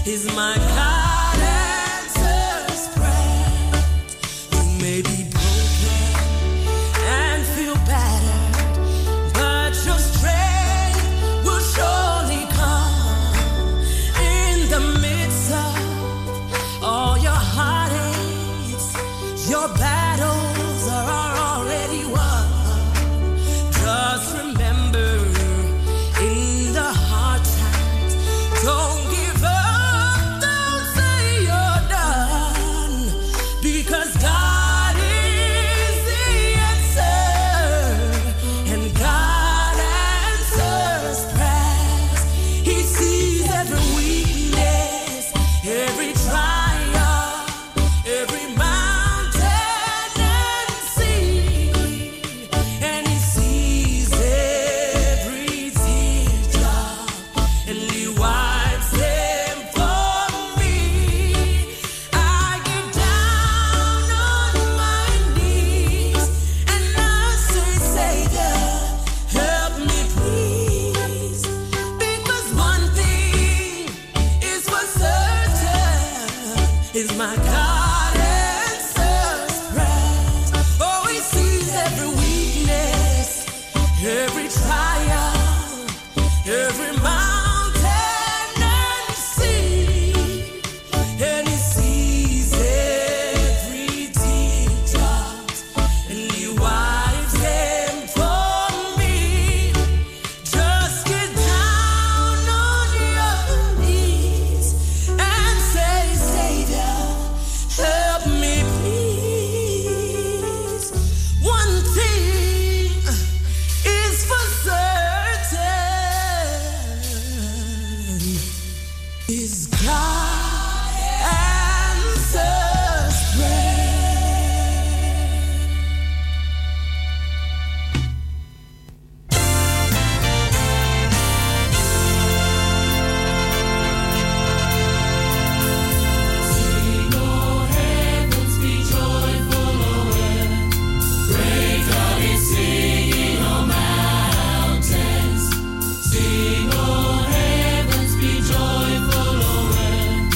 is my God answers prayer. You may be broken and feel battered, but your strength will surely come in the midst of all your heartaches. Your battles are already won. Just remember, in the hard times, don't give up, don't say you're done, because God is the answer, and God answers prayers. He sees every weakness, every trial, every mountain and sea, and He sees every teardrop, and He wipes them for me. I get down on my knees and I say, Savior, help me please, because one thing is for certain, is my God answers prayers. Oh, He sees every weakness, every trial, every mountain and sea, and He sees every teardrop, and He wipes them for me. Just get down on your knees and say, Savior, help me please. One thing is for certain, is God answers prayer. Sing, O heavens, be joyful, O earth. Great God is singing on mountains. Sing, O heavens, be joyful, O earth.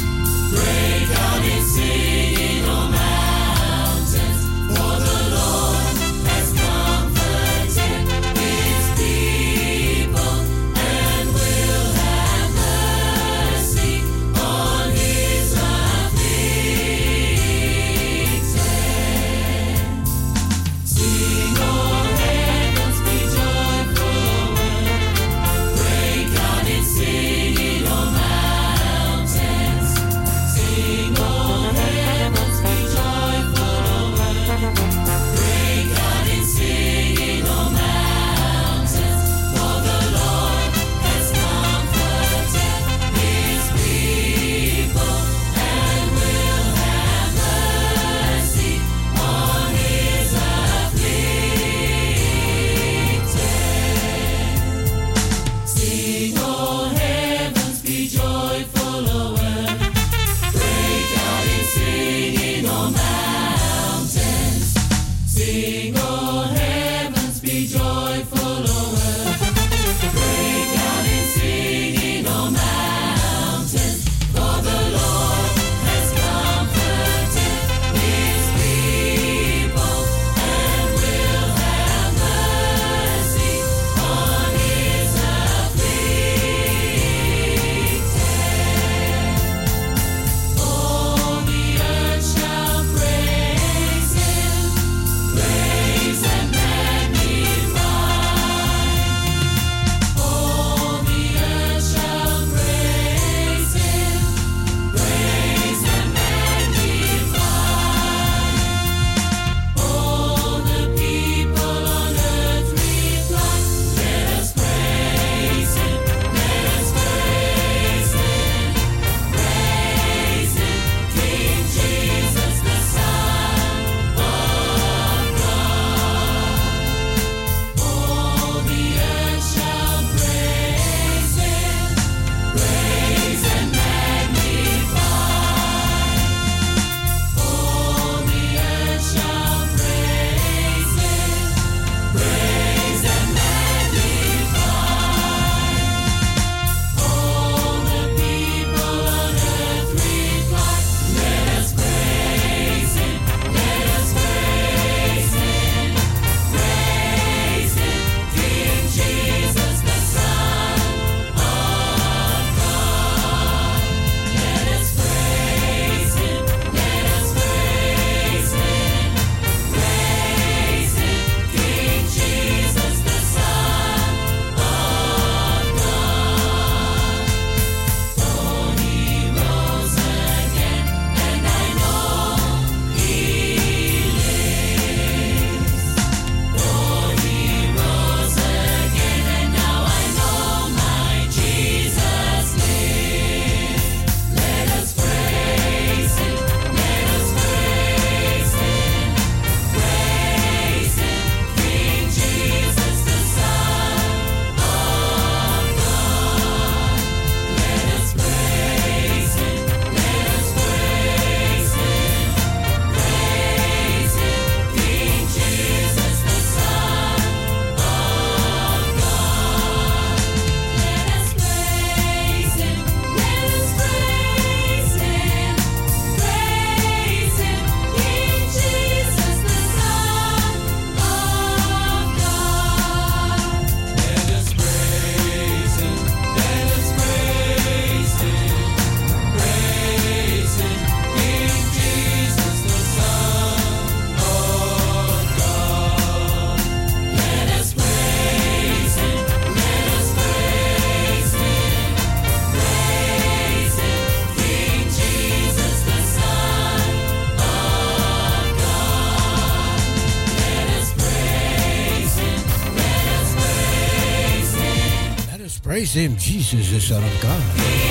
Praise him, Jesus, the Son of God.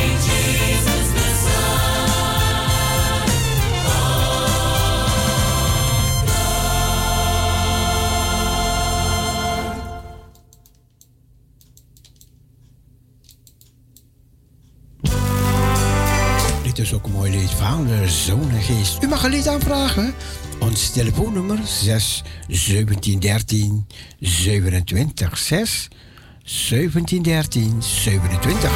Dit is ook een mooi lied, Vader, Zoon en Geest. U mag een lied aanvragen. Ons telefoonnummer 6 17 13 27 6 17 13 27.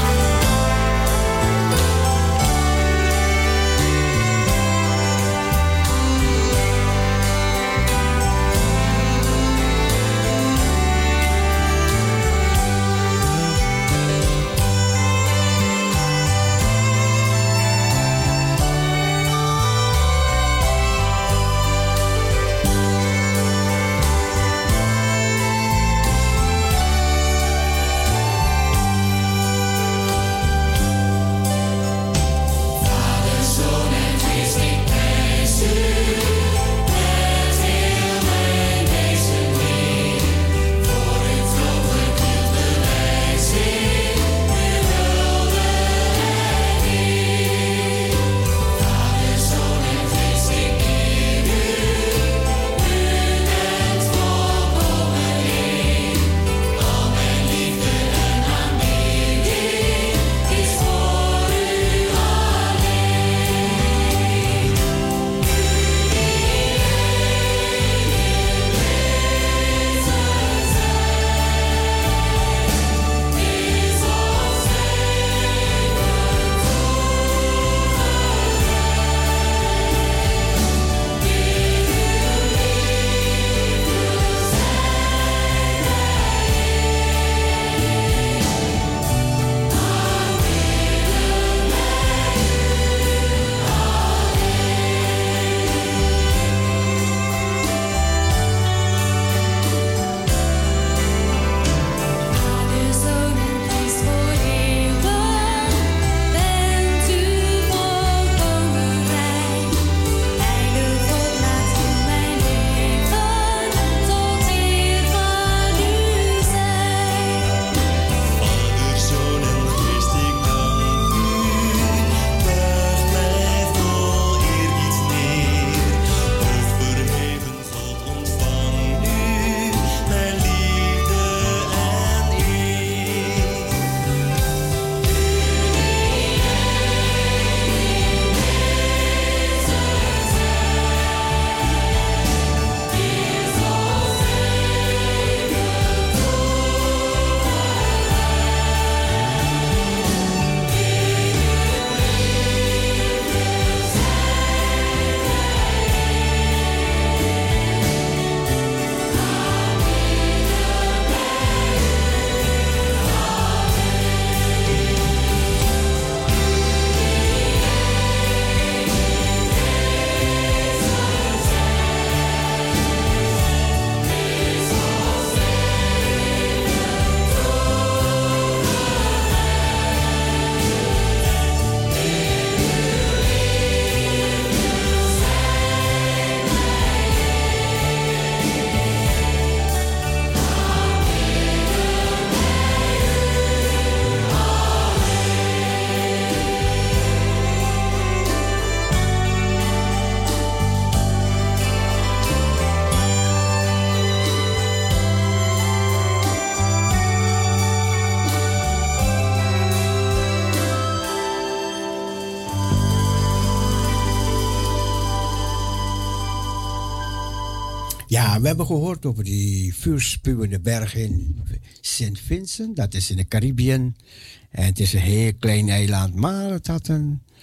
Ja, we hebben gehoord over die vuurspuwende berg in St. Vincent. Dat is in de Caribbean. En het is een heel klein eiland, maar het had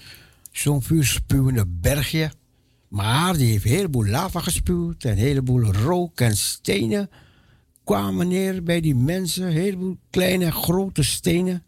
zo'n vuurspuwende bergje. Maar die heeft een heleboel lava gespuwd en een heleboel rook en stenen kwamen neer bij die mensen. Een heleboel kleine en grote stenen.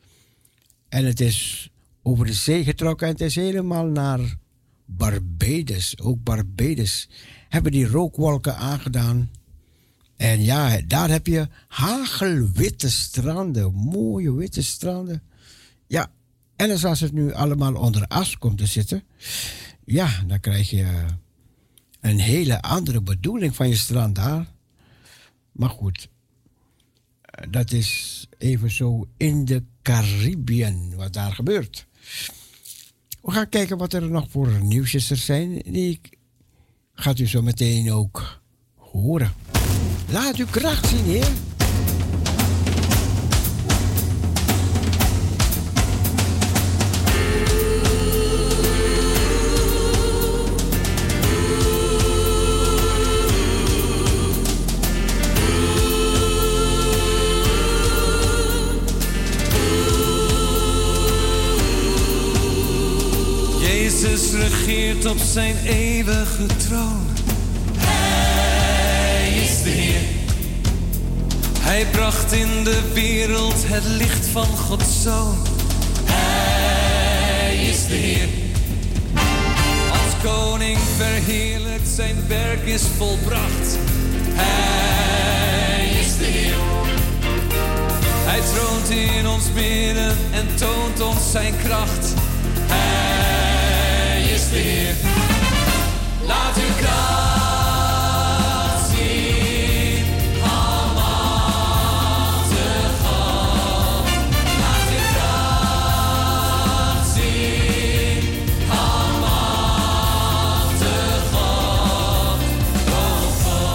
En het is over de zee getrokken en het is helemaal naar Barbados. Ook Barbados hebben die rookwolken aangedaan. En ja, daar heb je hagelwitte stranden. Mooie witte stranden. Ja, en dus als het nu allemaal onder as komt te zitten, ja, dan krijg je een hele andere bedoeling van je strand daar. Maar goed, dat is even zo in de Caribbean, wat daar gebeurt. We gaan kijken wat er nog voor nieuwsjes er zijn. Die gaat u zo meteen ook horen. Laat uw kracht zien, heer. Jezus regeert op zijn eeuwige troon. Hij is de Heer. Hij bracht in de wereld het licht van Gods Zoon. Hij is de Heer. Als koning verheerlijkt, zijn werk is volbracht. Hij is de Heer. Hij troont in ons midden en toont ons zijn kracht. Hij is de Heer. Laat uw kracht zien, almachtige God. Laat uw kracht zien, almachtige God. Oh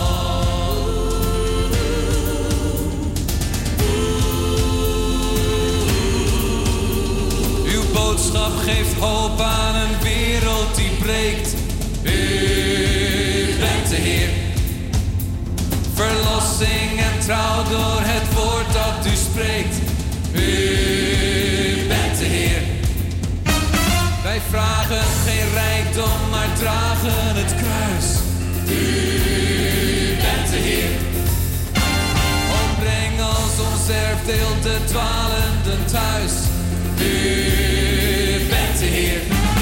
God. Uw boodschap geeft hoop aan een wereld die breekt. U bent de Heer. Verlossing en trouw door het woord dat u spreekt. U bent de Heer. Wij vragen geen rijkdom, maar dragen het kruis. U bent de Heer. O, breng als ons erfdeel de dwalenden thuis. U bent de Heer.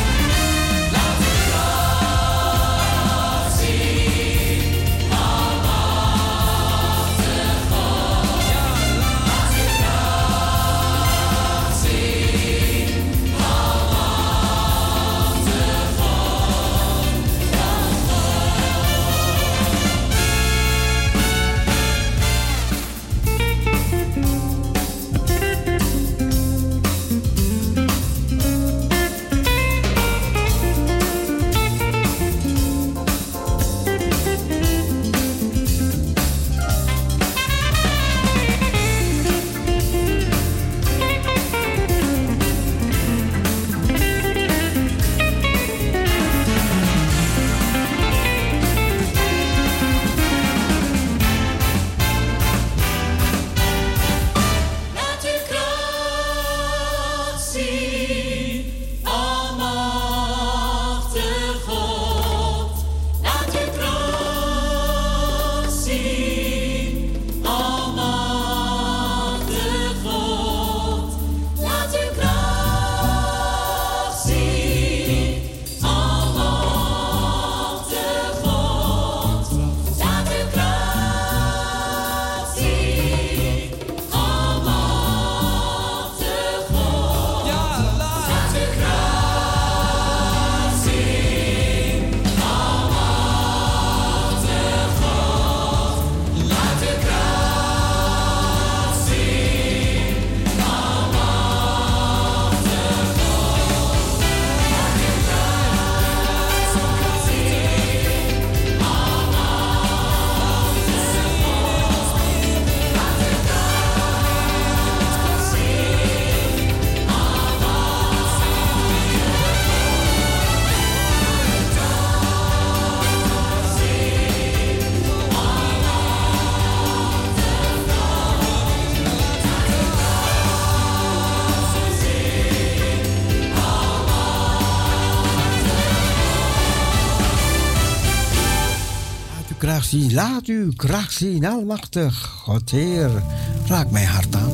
Zien, laat uw kracht zien, almachtig God Heer, raak mijn hart aan.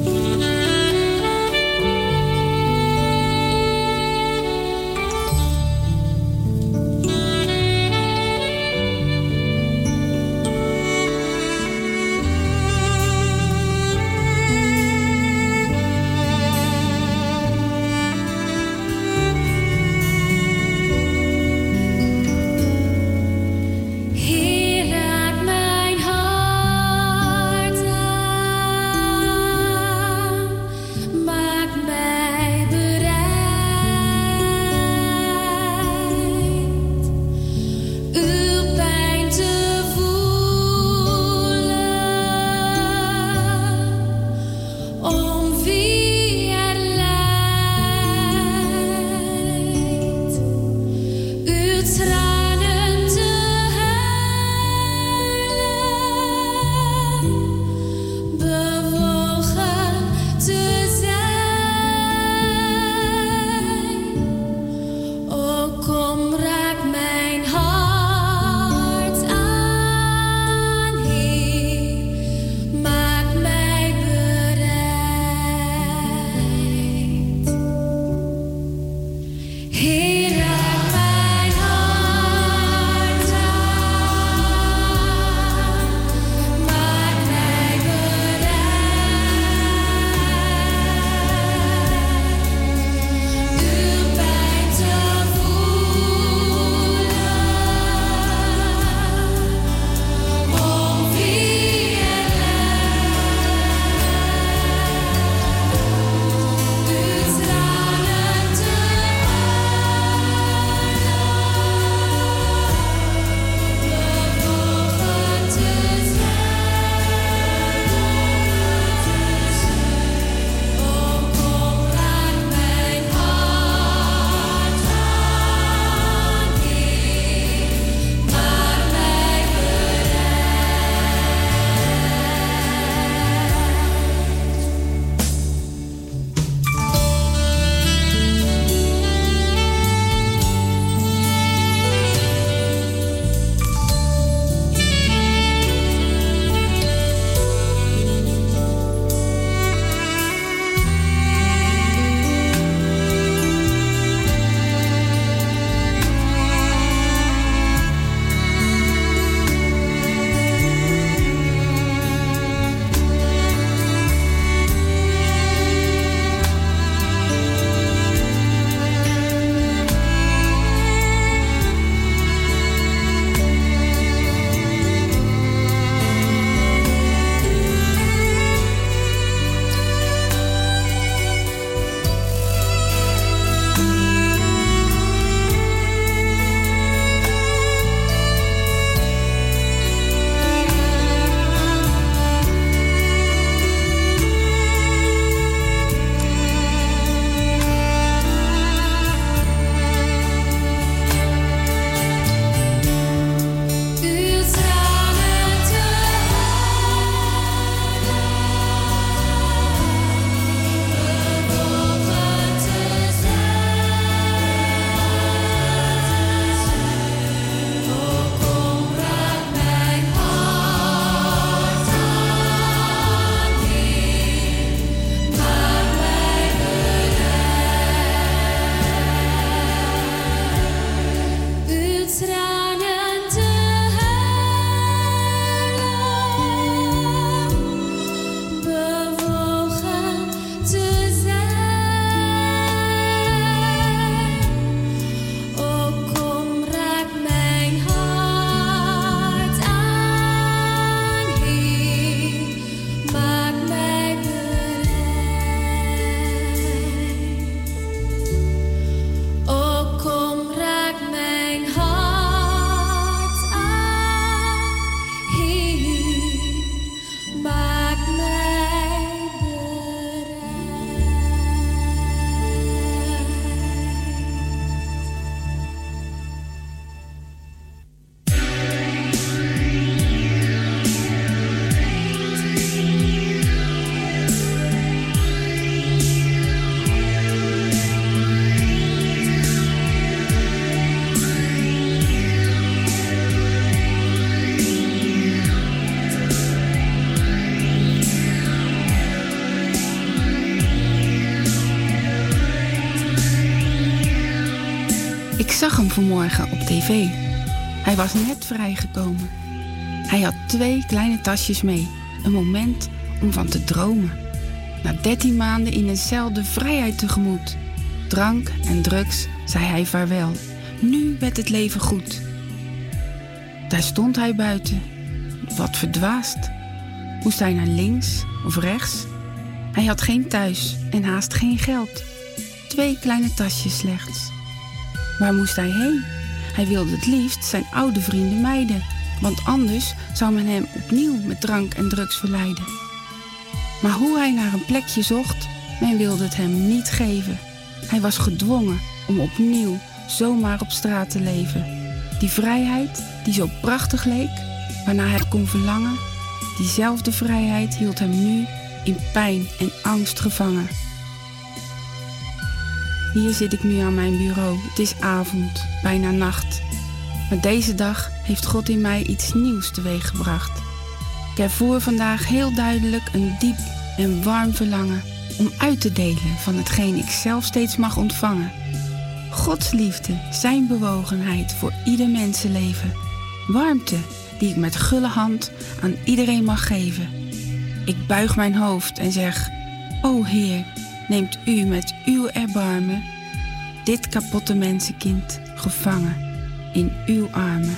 Heer, raak mijn hart aan. Ik zag hem vanmorgen op tv. Hij was net vrijgekomen. Hij had 2 kleine tasjes mee. Een moment om van te dromen. Na 13 maanden in een cel de vrijheid tegemoet. Drank en drugs, zei hij vaarwel. Nu werd het leven goed. Daar stond hij buiten. Wat verdwaasd. Moest hij naar links of rechts? Hij had geen thuis en haast geen geld. 2 kleine tasjes slechts. Waar moest hij heen? Hij wilde het liefst zijn oude vrienden mijden. Want anders zou men hem opnieuw met drank en drugs verleiden. Maar hoe hij naar een plekje zocht, men wilde het hem niet geven. Hij was gedwongen om opnieuw zomaar op straat te leven. Die vrijheid die zo prachtig leek, waarna hij kon verlangen, diezelfde vrijheid hield hem nu in pijn en angst gevangen. Hier zit ik nu aan mijn bureau. Het is avond, bijna nacht. Maar deze dag heeft God in mij iets nieuws teweeggebracht. Ik ervoer vandaag heel duidelijk een diep en warm verlangen om uit te delen van hetgeen ik zelf steeds mag ontvangen. Gods liefde, zijn bewogenheid voor ieder mensenleven. Warmte die ik met gulle hand aan iedereen mag geven. Ik buig mijn hoofd en zeg: O Heer, neemt u met uw erbarmen dit kapotte mensenkind gevangen in uw armen.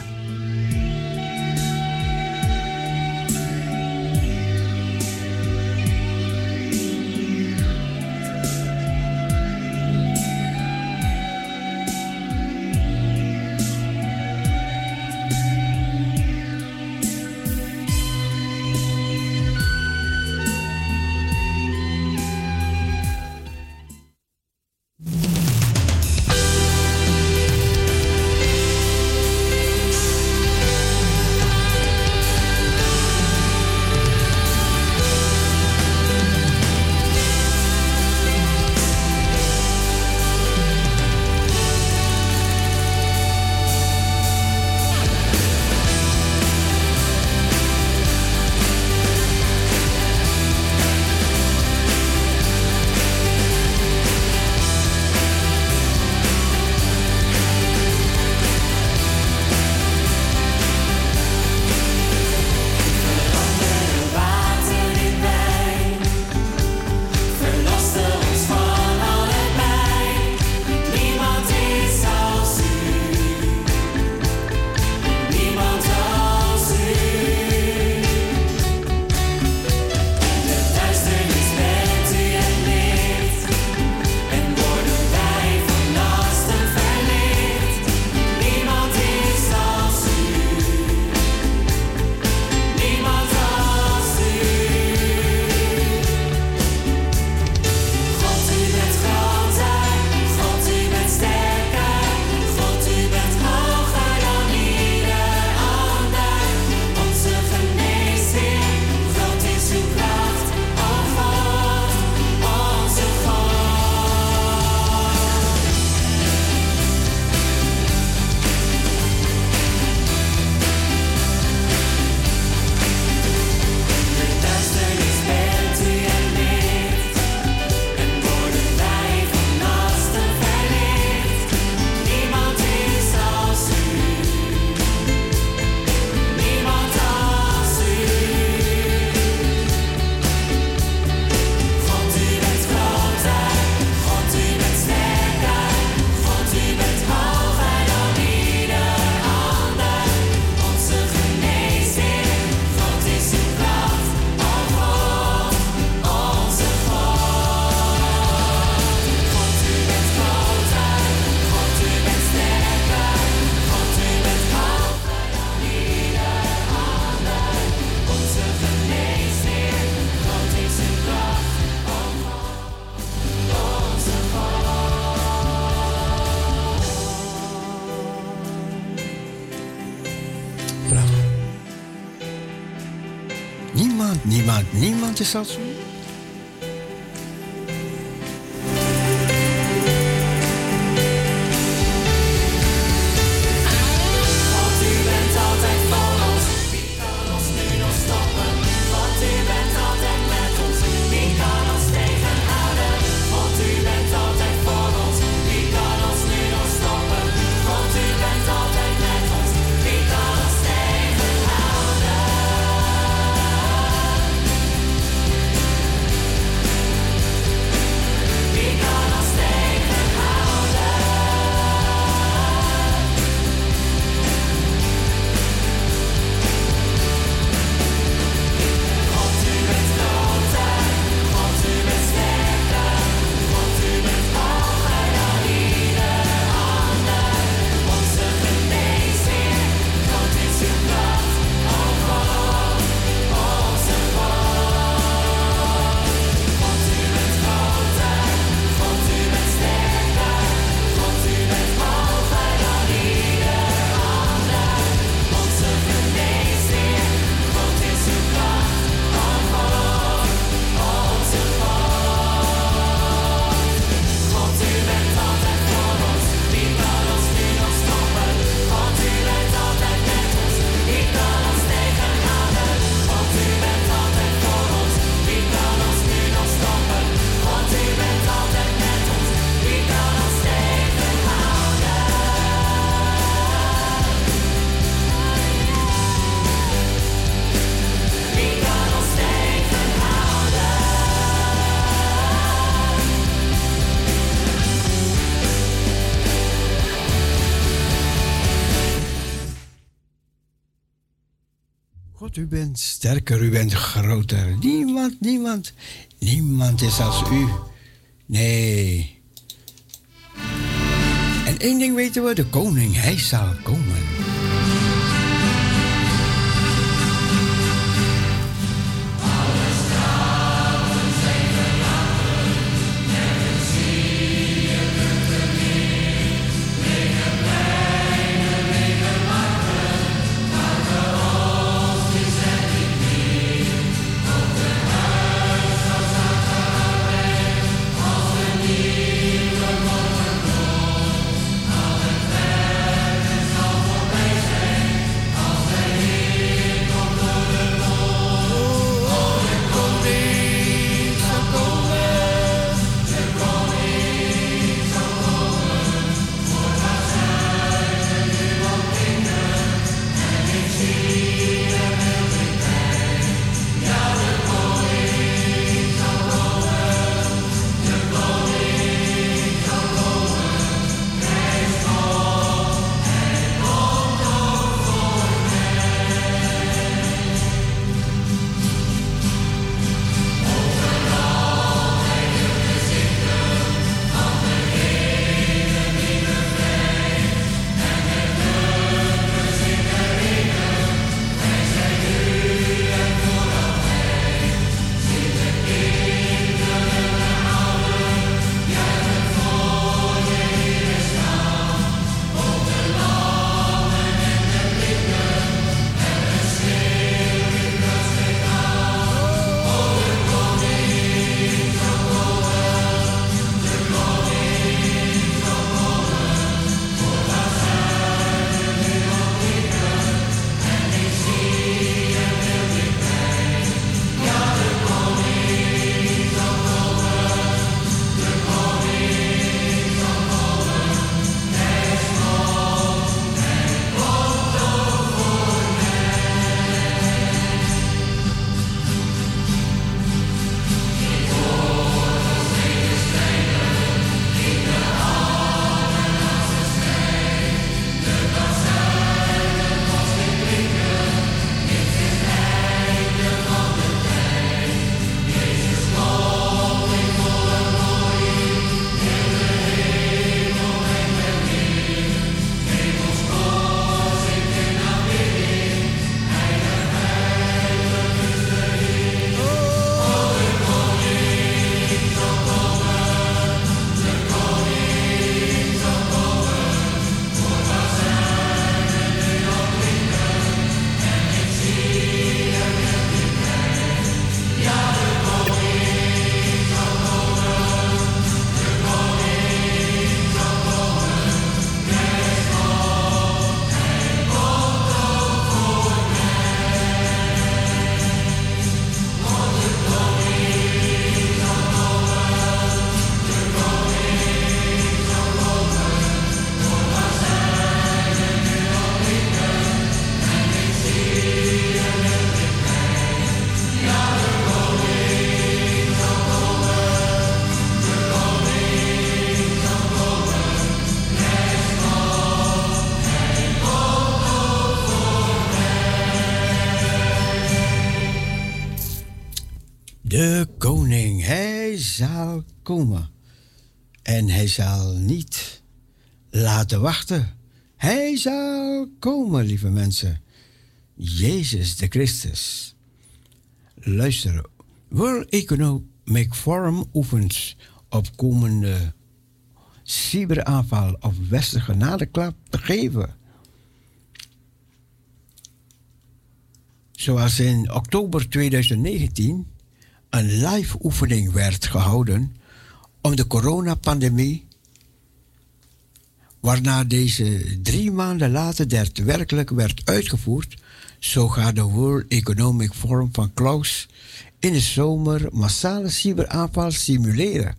Niemand is dat zo? U bent sterker, u bent groter. Niemand is als u. Nee. En één ding weten we, de koning, hij zal komen. De koning, hij zal komen. En hij zal niet laten wachten. Hij zal komen, lieve mensen. Jezus de Christus. Luister, World Economic Forum oefent op komende cyberaanval of westerse genadeklap te geven. Zoals in oktober 2019 een live oefening werd gehouden om de coronapandemie, waarna deze 3 maanden later daadwerkelijk werd uitgevoerd, zo gaat de World Economic Forum van Klaus in de zomer massale cyberaanval simuleren.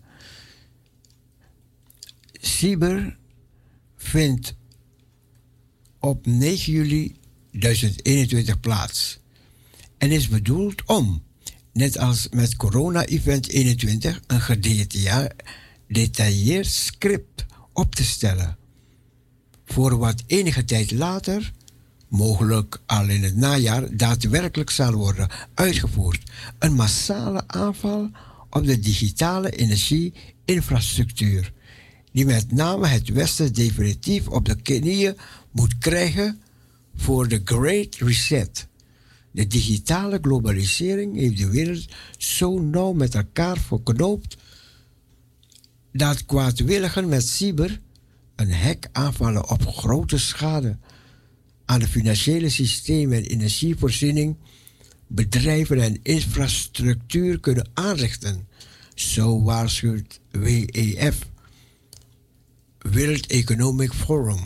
Cyber vindt op 9 juli 2021 plaats en is bedoeld om, net als met Corona-event 21, een gedetailleerd script op te stellen voor wat enige tijd later mogelijk al in het najaar, daadwerkelijk zal worden uitgevoerd. Een massale aanval op de digitale energie-infrastructuur, die met name het Westen definitief op de knieën moet krijgen voor de Great Reset. De digitale globalisering heeft de wereld zo nauw met elkaar verknoopt dat kwaadwilligen met cyber een hek aanvallen op grote schade aan de financiële systemen en energievoorziening, bedrijven en infrastructuur kunnen aanrichten. Zo waarschuwt WEF, World Economic Forum.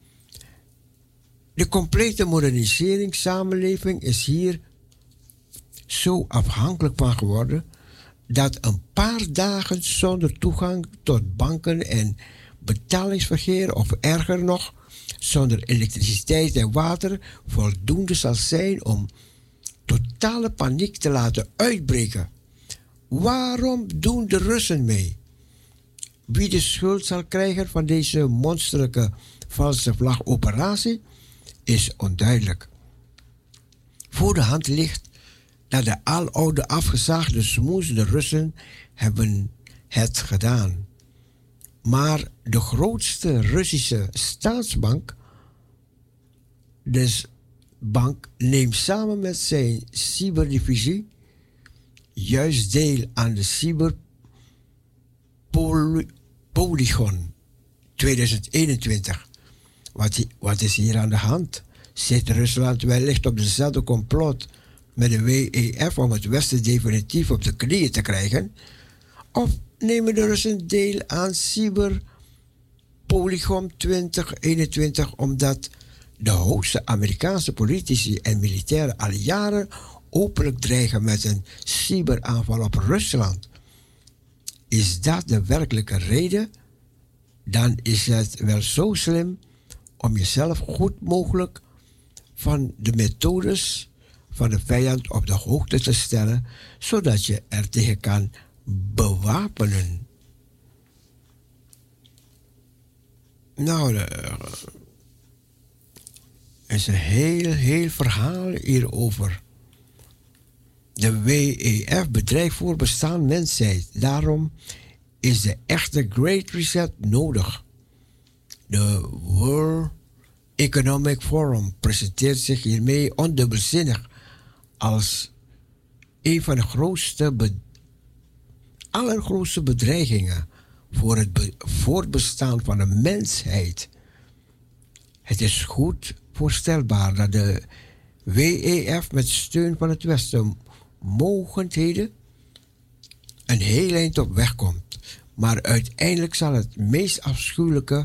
De complete moderniseringssamenleving is hier zo afhankelijk van geworden dat een paar dagen zonder toegang tot banken en betalingsverkeer, of erger nog, zonder elektriciteit en water, voldoende zal zijn om totale paniek te laten uitbreken. Waarom doen de Russen mee? Wie de schuld zal krijgen van deze monsterlijke valse vlag-operatie is onduidelijk. Voor de hand ligt dat de aloude afgezaagde smoes, de Russen, hebben het gedaan. Maar de grootste Russische staatsbank, de bank, neemt samen met zijn cyberdivisie juist deel aan de cyberpolygon 2021. Wat is hier aan de hand? Zit Rusland wellicht op dezelfde complot met de WEF om het Westen definitief op de knieën te krijgen? Of nemen de Russen deel aan cyberpolygon 2021 omdat de hoogste Amerikaanse politici en militairen al jaren openlijk dreigen met een cyberaanval op Rusland? Is dat de werkelijke reden? Dan is het wel zo slim om jezelf goed mogelijk van de methodes van de vijand op de hoogte te stellen, zodat je er tegen kan bewapenen. Nou, er is een heel verhaal hierover. De WEF bedrijft voor bestaan mensheid. Daarom is de echte Great Reset nodig. De World Economic Forum presenteert zich hiermee ondubbelzinnig als een van de allergrootste bedreigingen voor het voortbestaan van de mensheid. Het is goed voorstelbaar dat de WEF met steun van het Westen mogendheden een heel eind op weg komt. Maar uiteindelijk zal het meest afschuwelijke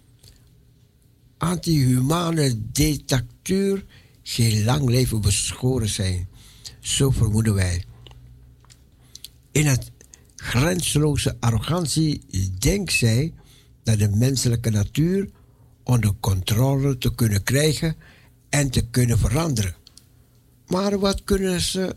anti-humane dictatuur geen lang leven beschoren zijn. Zo vermoeden wij. In het grenzeloze arrogantie denkt zij dat de menselijke natuur onder controle te kunnen krijgen en te kunnen veranderen. Maar wat kunnen ze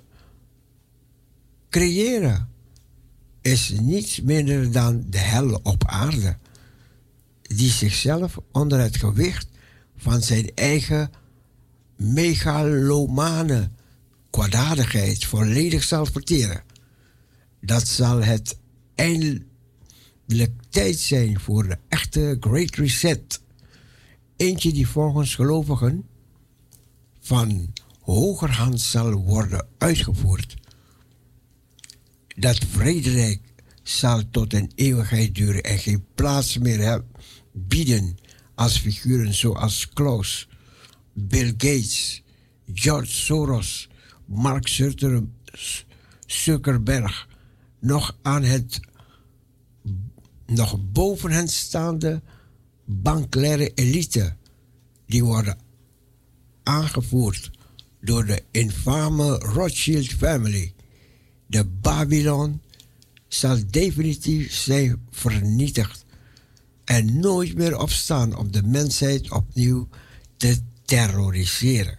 creëren? Is niets minder dan de hel op aarde, die zichzelf onder het gewicht van zijn eigen megalomane kwaadaardigheid volledig zal verteren. Dat zal het eindelijk tijd zijn voor de echte Great Reset. Eentje die volgens gelovigen van hogerhand zal worden uitgevoerd. Dat vrederijk zal tot een eeuwigheid duren en geen plaats meer bieden als figuren zoals Klaus, Bill Gates, George Soros, Mark Zuckerberg, nog boven hen staande bankaire elite, die worden aangevoerd door de infame Rothschild family. De Babylon zal definitief zijn vernietigd en nooit meer opstaan om de mensheid opnieuw te terroriseren.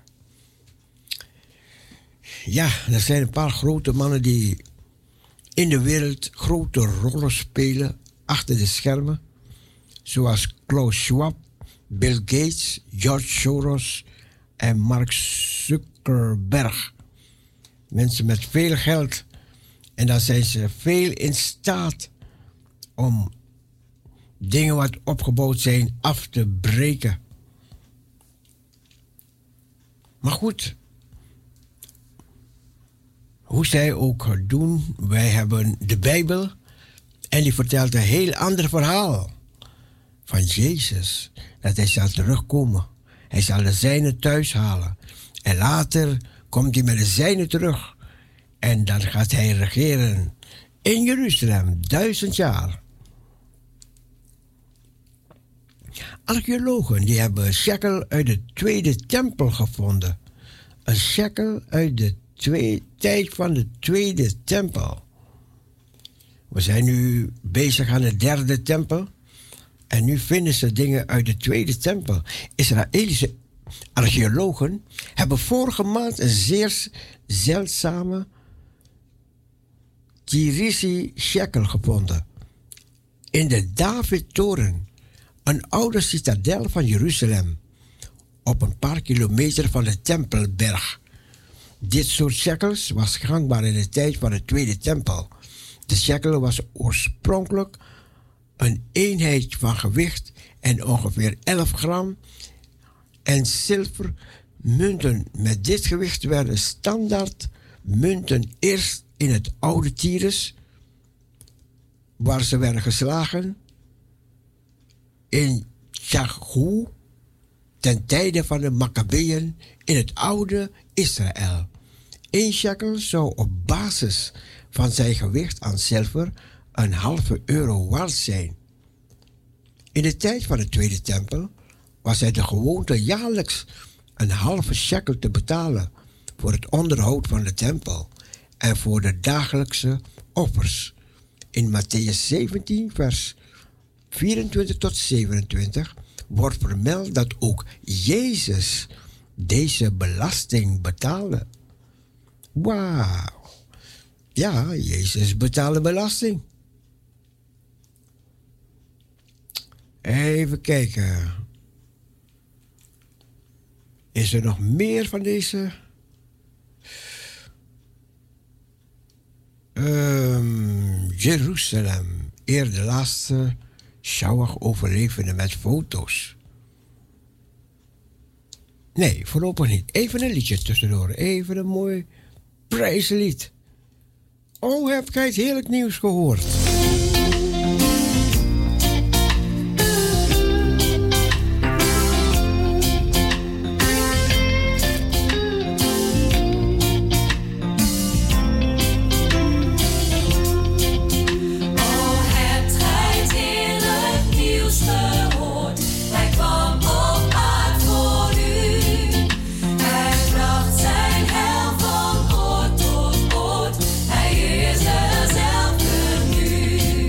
Ja, er zijn een paar grote mannen die in de wereld grote rollen spelen achter de schermen, zoals Klaus Schwab, Bill Gates, George Soros, en Mark Zuckerberg. Mensen met veel geld. En dan zijn ze veel in staat om dingen wat opgebouwd zijn af te breken. Maar goed, hoe zij ook doen, wij hebben de Bijbel en die vertelt een heel ander verhaal van Jezus. Dat hij zal terugkomen. Hij zal de zijnen thuis halen. En later komt hij met de zijnen terug. En dan gaat hij regeren in Jeruzalem 1000 jaar. Archeologen die hebben een shekel uit de tweede tempel gevonden. Een shekel uit de tijd van de tweede tempel. We zijn nu bezig aan de derde tempel. En nu vinden ze dingen uit de tweede tempel. Israëlische archeologen hebben vorige maand een zeer zeldzame Tirisi shekel gevonden. In de Davidtoren, een oude citadel van Jeruzalem, op een paar kilometer van de Tempelberg. Dit soort shekels was gangbaar in de tijd van de tweede tempel. De shekel was oorspronkelijk een eenheid van gewicht en ongeveer 11 gram. En zilvermunten met dit gewicht werden standaard munten eerst in het oude Tyrus, waar ze werden geslagen, in Tjagu, ten tijde van de Maccabeeën in het oude Israël. 1 shekel zou op basis van zijn gewicht aan zilver €0,5 waard zijn. In de tijd van de Tweede Tempel was het de gewoonte jaarlijks €0,5 shekel te betalen voor het onderhoud van de tempel en voor de dagelijkse offers. In Mattheüs 17, vers 24 tot 27 wordt vermeld dat ook Jezus deze belasting betaalde. Wauw. Ja, Jezus betaalde belasting. Even kijken. Is er nog meer van deze? Jeruzalem. Eer de laatste Shawach overlevende met foto's. Nee, voorlopig niet. Even een liedje tussendoor. Even een mooi prijzenlied. Oh, heb jij het heerlijk nieuws gehoord? Hij is er zelf nu.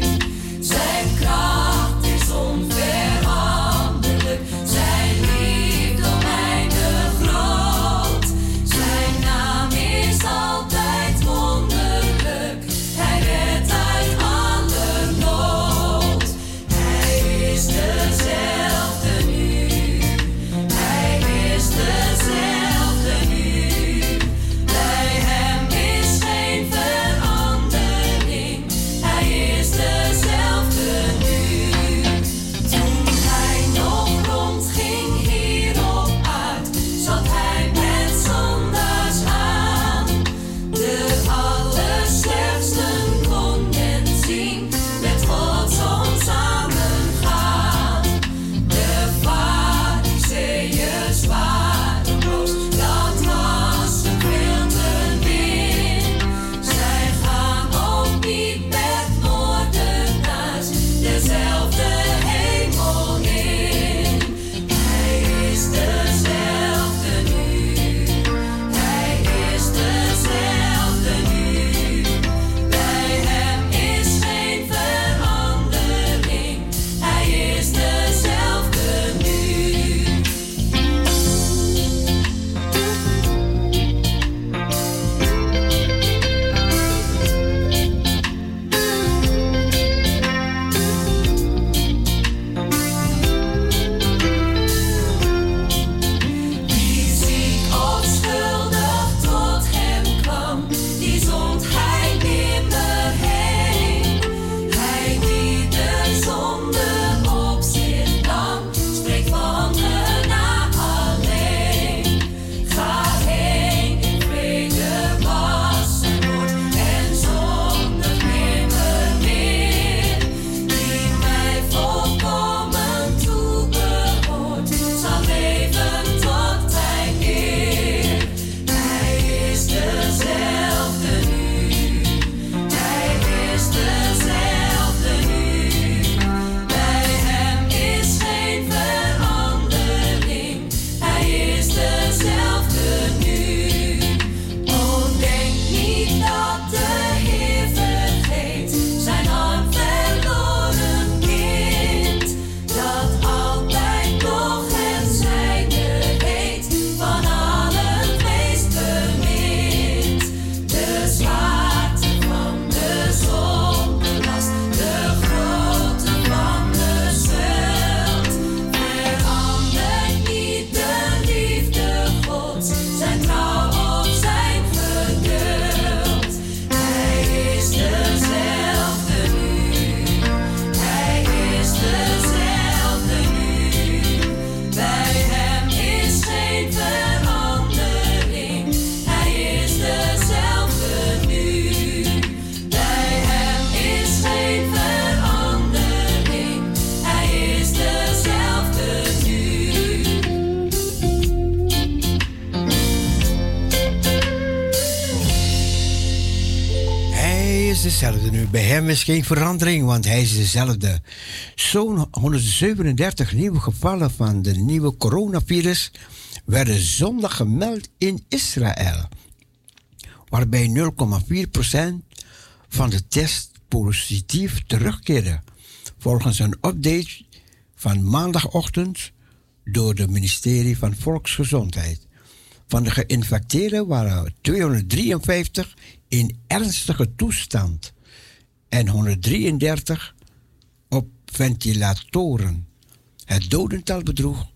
hetzelfde nu. Bij hem is geen verandering, want hij is dezelfde. Zo'n 137 nieuwe gevallen van de nieuwe coronavirus werden zondag gemeld in Israël, waarbij 0,4% van de test positief terugkeerde, volgens een update van maandagochtend door het ministerie van Volksgezondheid. Van de geïnfecteerden waren 253 in ernstige toestand en 133 op ventilatoren. Het dodental bedroeg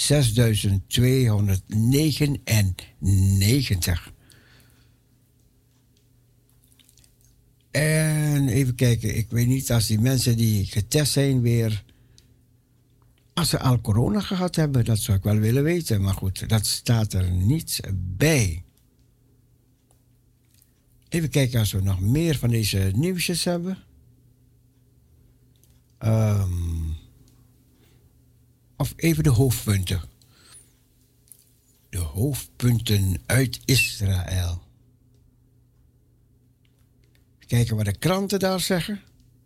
6.299. En even kijken, ik weet niet als die mensen die getest zijn weer, als ze al corona gehad hebben, dat zou ik wel willen weten. Maar goed, dat staat er niet bij. Even kijken als we nog meer van deze nieuwsjes hebben. Of even de hoofdpunten. De hoofdpunten uit Israël. Kijken wat de kranten daar zeggen.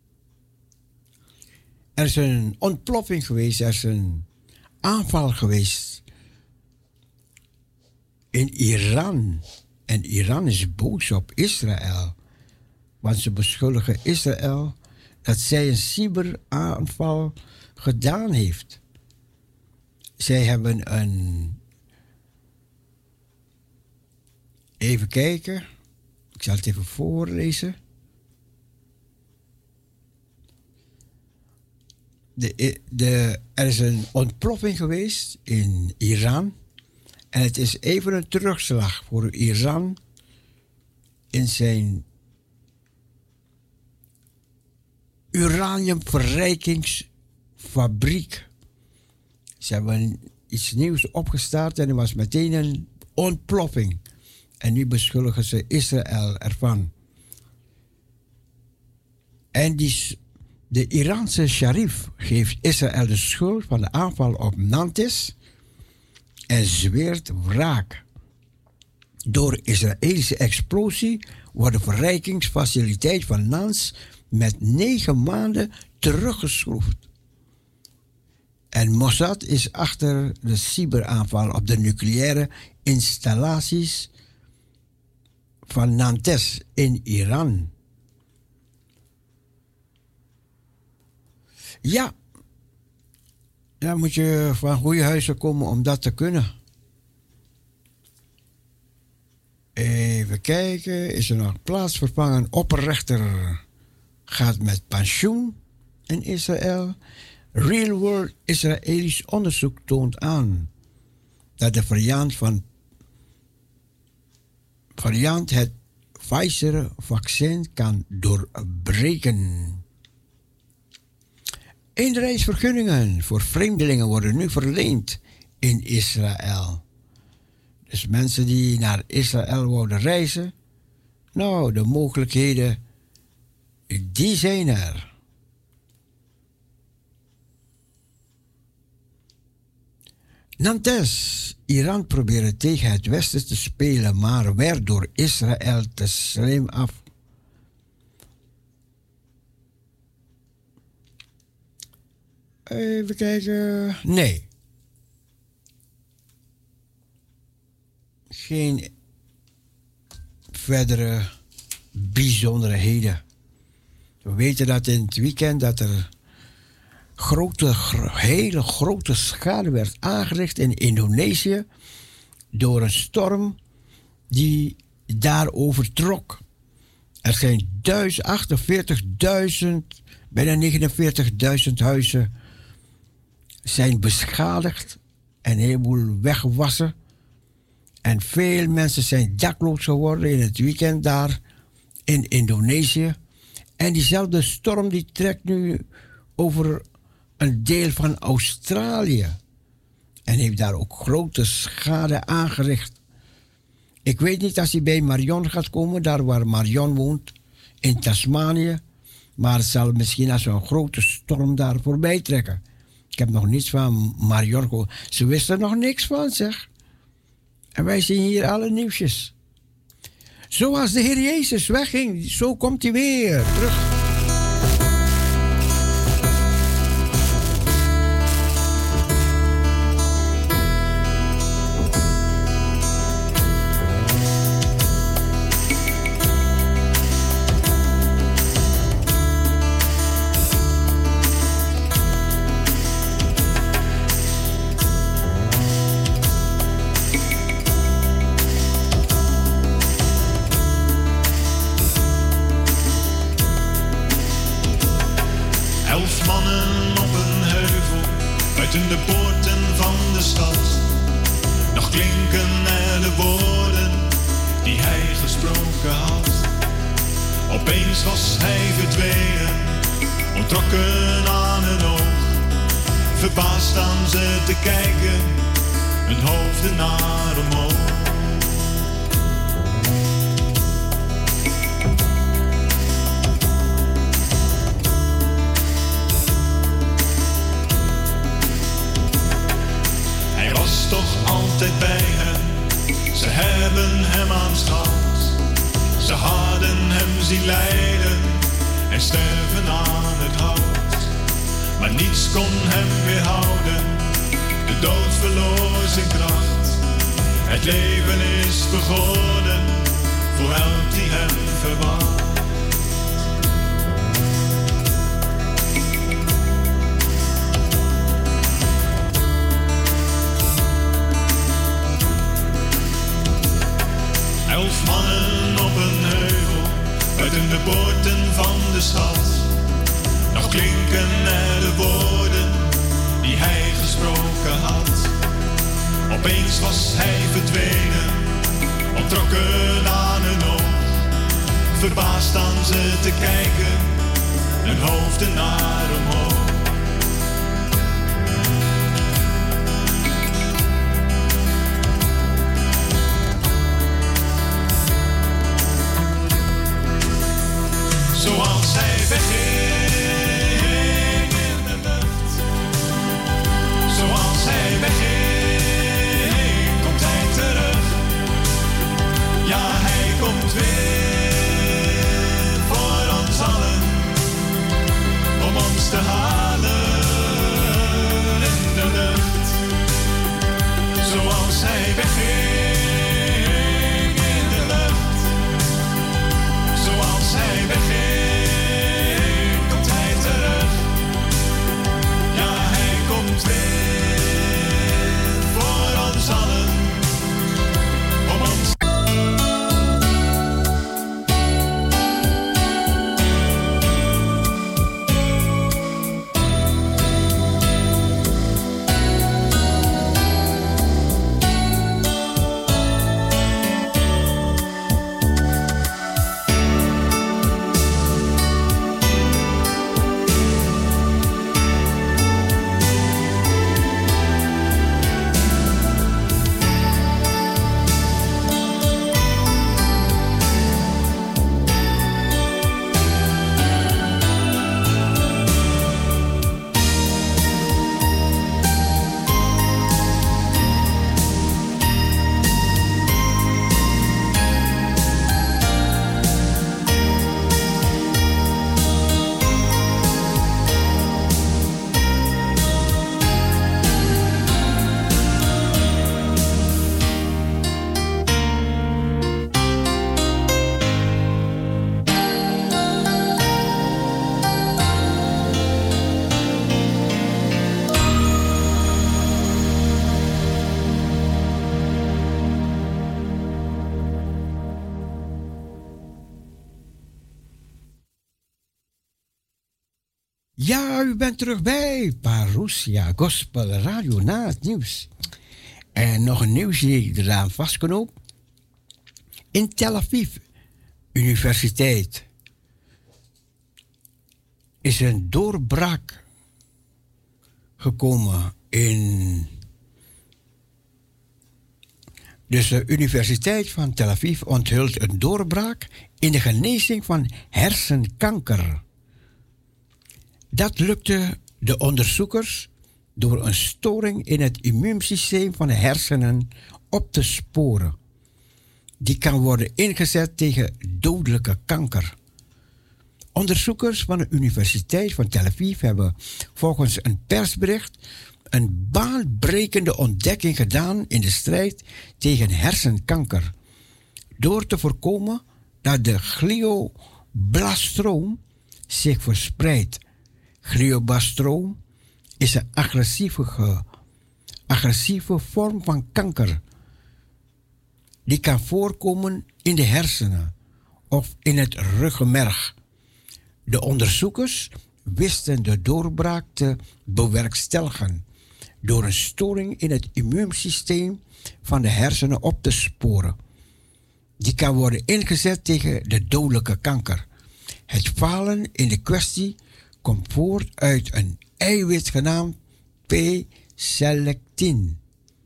Er is een ontploffing geweest, er is een aanval geweest in Iran. En Iran is boos op Israël, want ze beschuldigen Israël dat zij een cyberaanval gedaan heeft. Zij hebben een... Even kijken, ik zal het even voorlezen. Er is een ontploffing geweest in Iran. En het is even een terugslag voor Iran in zijn uraniumverrijkingsfabriek. Ze hebben iets nieuws opgestart en er was meteen een ontploffing. En nu beschuldigen ze Israël ervan. En de Iraanse sharif geeft Israël de schuld van de aanval op Nantes en zweert wraak. Door Israëlische explosie wordt de verrijkingsfaciliteit van Nantes met 9 maanden teruggeschroefd. En Mossad is achter de cyberaanval op de nucleaire installaties van Nantes in Iran. Ja, dan moet je van goede huizen komen om dat te kunnen. Even kijken, is er nog plaatsvervangend opperrechter gaat met pensioen in Israël. Real World Israëlisch onderzoek toont aan dat de variant het Pfizer-vaccin kan doorbreken. Inreisvergunningen voor vreemdelingen worden nu verleend in Israël. Dus mensen die naar Israël wilden reizen, nou, de mogelijkheden, die zijn er. Nantes, Iran probeerde tegen het Westen te spelen, maar werd door Israël te slim af. Even kijken. Nee. Geen verdere bijzonderheden. We weten dat in het weekend dat er hele grote schade werd aangericht in Indonesië door een storm die daar overtrok. Er zijn 48.000, bijna 49.000 huizen zijn beschadigd en een heleboel weggewassen. En veel mensen zijn dakloos geworden in het weekend daar in Indonesië. En diezelfde storm die trekt nu over een deel van Australië. En heeft daar ook grote schade aangericht. Ik weet niet als hij bij Marion gaat komen, daar waar Marion woont, in Tasmanië. Maar het zal misschien als een grote storm daar voorbij trekken. Ik heb nog niets van Marion gehoord. Ze wisten er nog niks van, zeg. En wij zien hier alle nieuwsjes. Zoals de Heer Jezus wegging, zo komt hij weer terug. Ja, u bent terug bij Parousia Gospel Radio na het nieuws. En nog een nieuwsje die ik eraan vastknoop. In Tel Aviv Universiteit is een doorbraak gekomen in... Dus de Universiteit van Tel Aviv onthult een doorbraak in de genezing van hersenkanker. Dat lukte de onderzoekers door een storing in het immuunsysteem van de hersenen op te sporen. die kan worden ingezet tegen dodelijke kanker. Onderzoekers van de Universiteit van Tel Aviv hebben volgens een persbericht een baanbrekende ontdekking gedaan in de strijd tegen hersenkanker. Door te voorkomen dat de glioblastoom zich verspreidt. Glioblastoom is een agressieve vorm van kanker. Die kan voorkomen in de hersenen of in het ruggenmerg. De onderzoekers wisten de doorbraak te bewerkstelligen door een storing in het immuunsysteem van de hersenen op te sporen. Die kan worden ingezet tegen de dodelijke kanker. Het falen in de kwestie komt voort uit een eiwit genaamd P-selectin,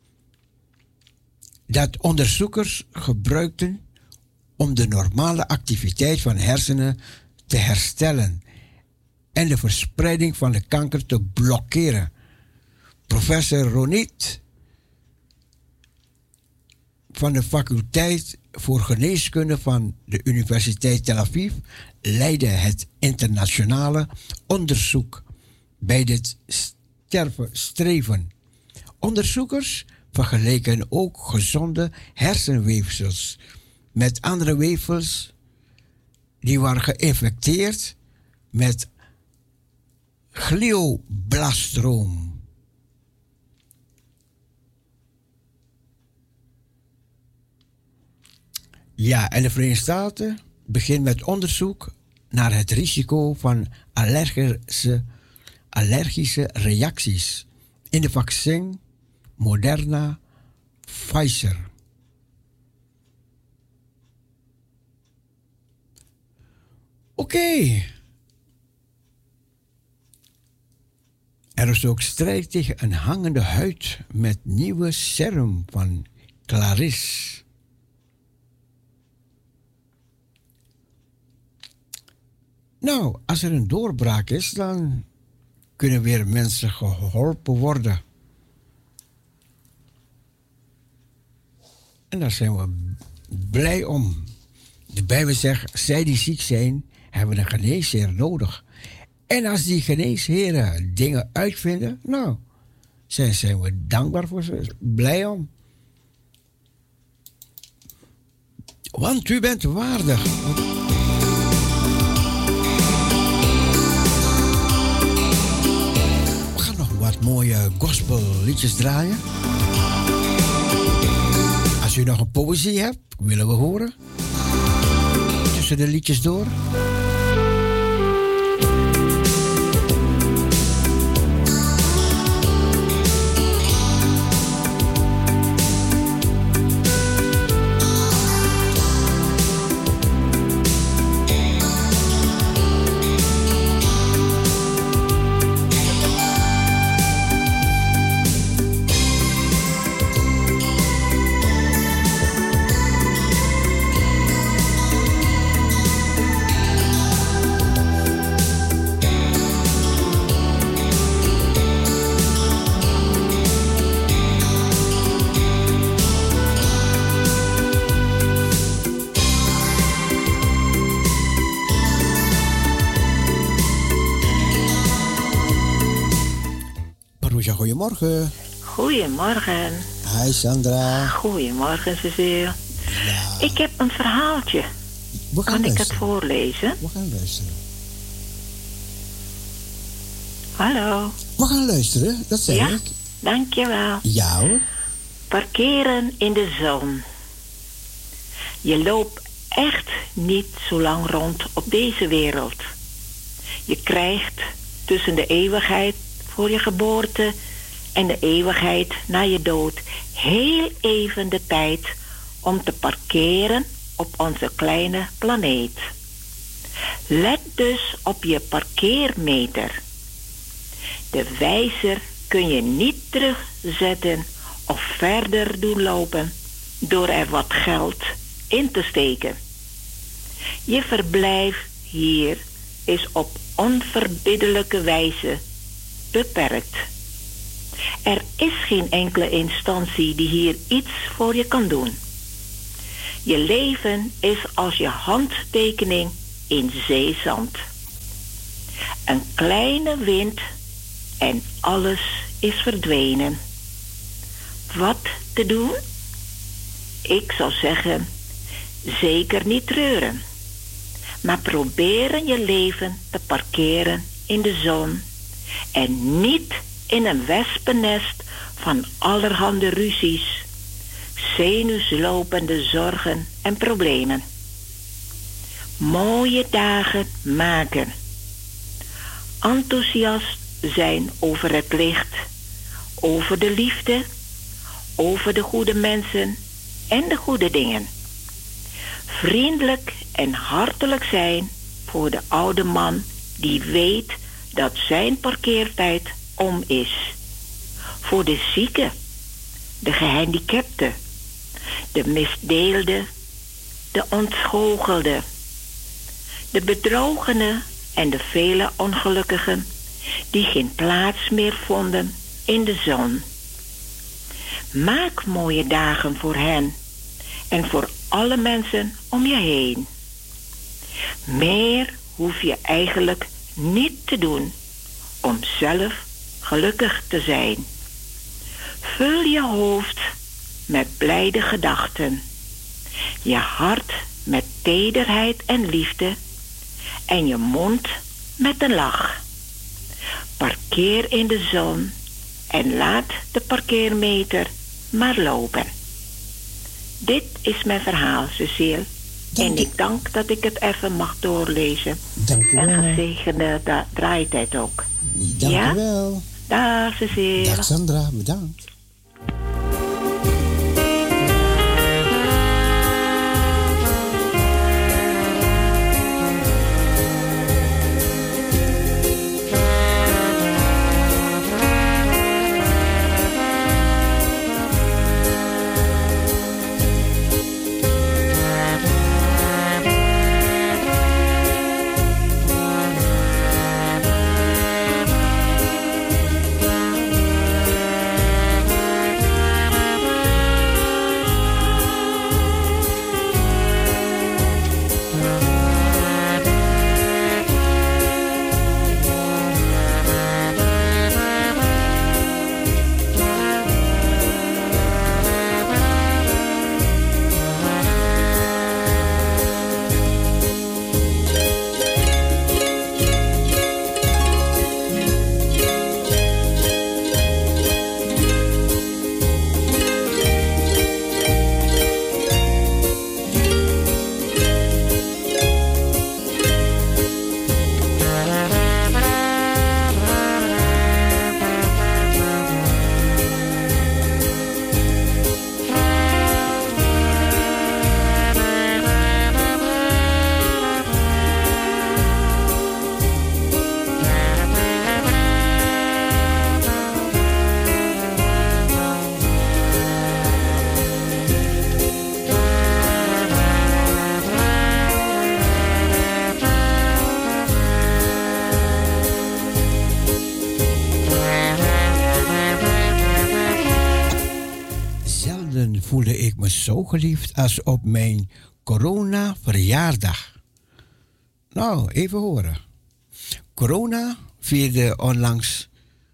dat onderzoekers gebruikten om de normale activiteit van hersenen te herstellen en de verspreiding van de kanker te blokkeren. Professor Ronit van de faculteit voor geneeskunde van de Universiteit Tel Aviv leidde het internationale onderzoek bij dit streven. Onderzoekers vergeleken ook gezonde hersenweefsels met andere weefsels die waren geïnfecteerd met glioblastoom. Ja, en de Verenigde Staten begint met onderzoek naar het risico van allergische reacties in de vaccin Moderna Pfizer. Oké. Er is ook strijd tegen een hangende huid met nieuwe serum van Clarisse. Nou, als er een doorbraak is, dan kunnen weer mensen geholpen worden. En daar zijn we blij om. De Bijbel zegt, zij die ziek zijn, hebben een geneesheer nodig. En als die geneesheren dingen uitvinden, nou, zijn we dankbaar voor ze, blij om. Want u bent waardig. We gaan nog wat mooie gospelliedjes draaien. Als u nog een poëzie hebt, willen we horen. Tussen de liedjes door. Goedemorgen. Goedemorgen. Hi Sandra. Goedemorgen Cecile. Ja. Ik heb een verhaaltje. Kan ik het voorlezen? We gaan luisteren. Hallo. We gaan luisteren, dat zei ik. Dankjewel. Ja hoor. Parkeren in de zon. Je loopt echt niet zo lang rond op deze wereld. Je krijgt tussen de eeuwigheid voor je geboorte en de eeuwigheid na je dood heel even de tijd om te parkeren op onze kleine planeet. Let dus op je parkeermeter. De wijzer kun je niet terugzetten of verder doen lopen door er wat geld in te steken. Je verblijf hier is op onverbiddelijke wijze beperkt. Er is geen enkele instantie die hier iets voor je kan doen. Je leven is als je handtekening in zeezand. Een kleine wind en alles is verdwenen. Wat te doen? Ik zou zeggen, zeker niet treuren. Maar proberen je leven te parkeren in de zon. En niet in een wespennest van allerhande ruzies, zenuwslopende zorgen en problemen. Mooie dagen maken. Enthousiast zijn over het licht, over de liefde, over de goede mensen en de goede dingen. Vriendelijk en hartelijk zijn voor de oude man die weet dat zijn parkeertijd om is. Voor de zieke, de gehandicapte, de misdeelde, de ontgoochelde, de bedrogenen en de vele ongelukkigen die geen plaats meer vonden in de zon. Maak mooie dagen voor hen en voor alle mensen om je heen. Meer hoef je eigenlijk niet te doen om zelf gelukkig te zijn. Vul je hoofd met blijde gedachten, je hart met tederheid en liefde en je mond met een lach. Parkeer in de zon en laat de parkeermeter maar lopen. Dit is mijn verhaal, Cecile. En ik dank dat ik het even mag doorlezen. Dank u En wel. gezegende draaitijd ook. Dank Ja? u wel. Dag, Cecile. Dag Sandra, bedankt. voelde ik me zo geliefd als op mijn corona-verjaardag. Nou, even horen. Corona vierde onlangs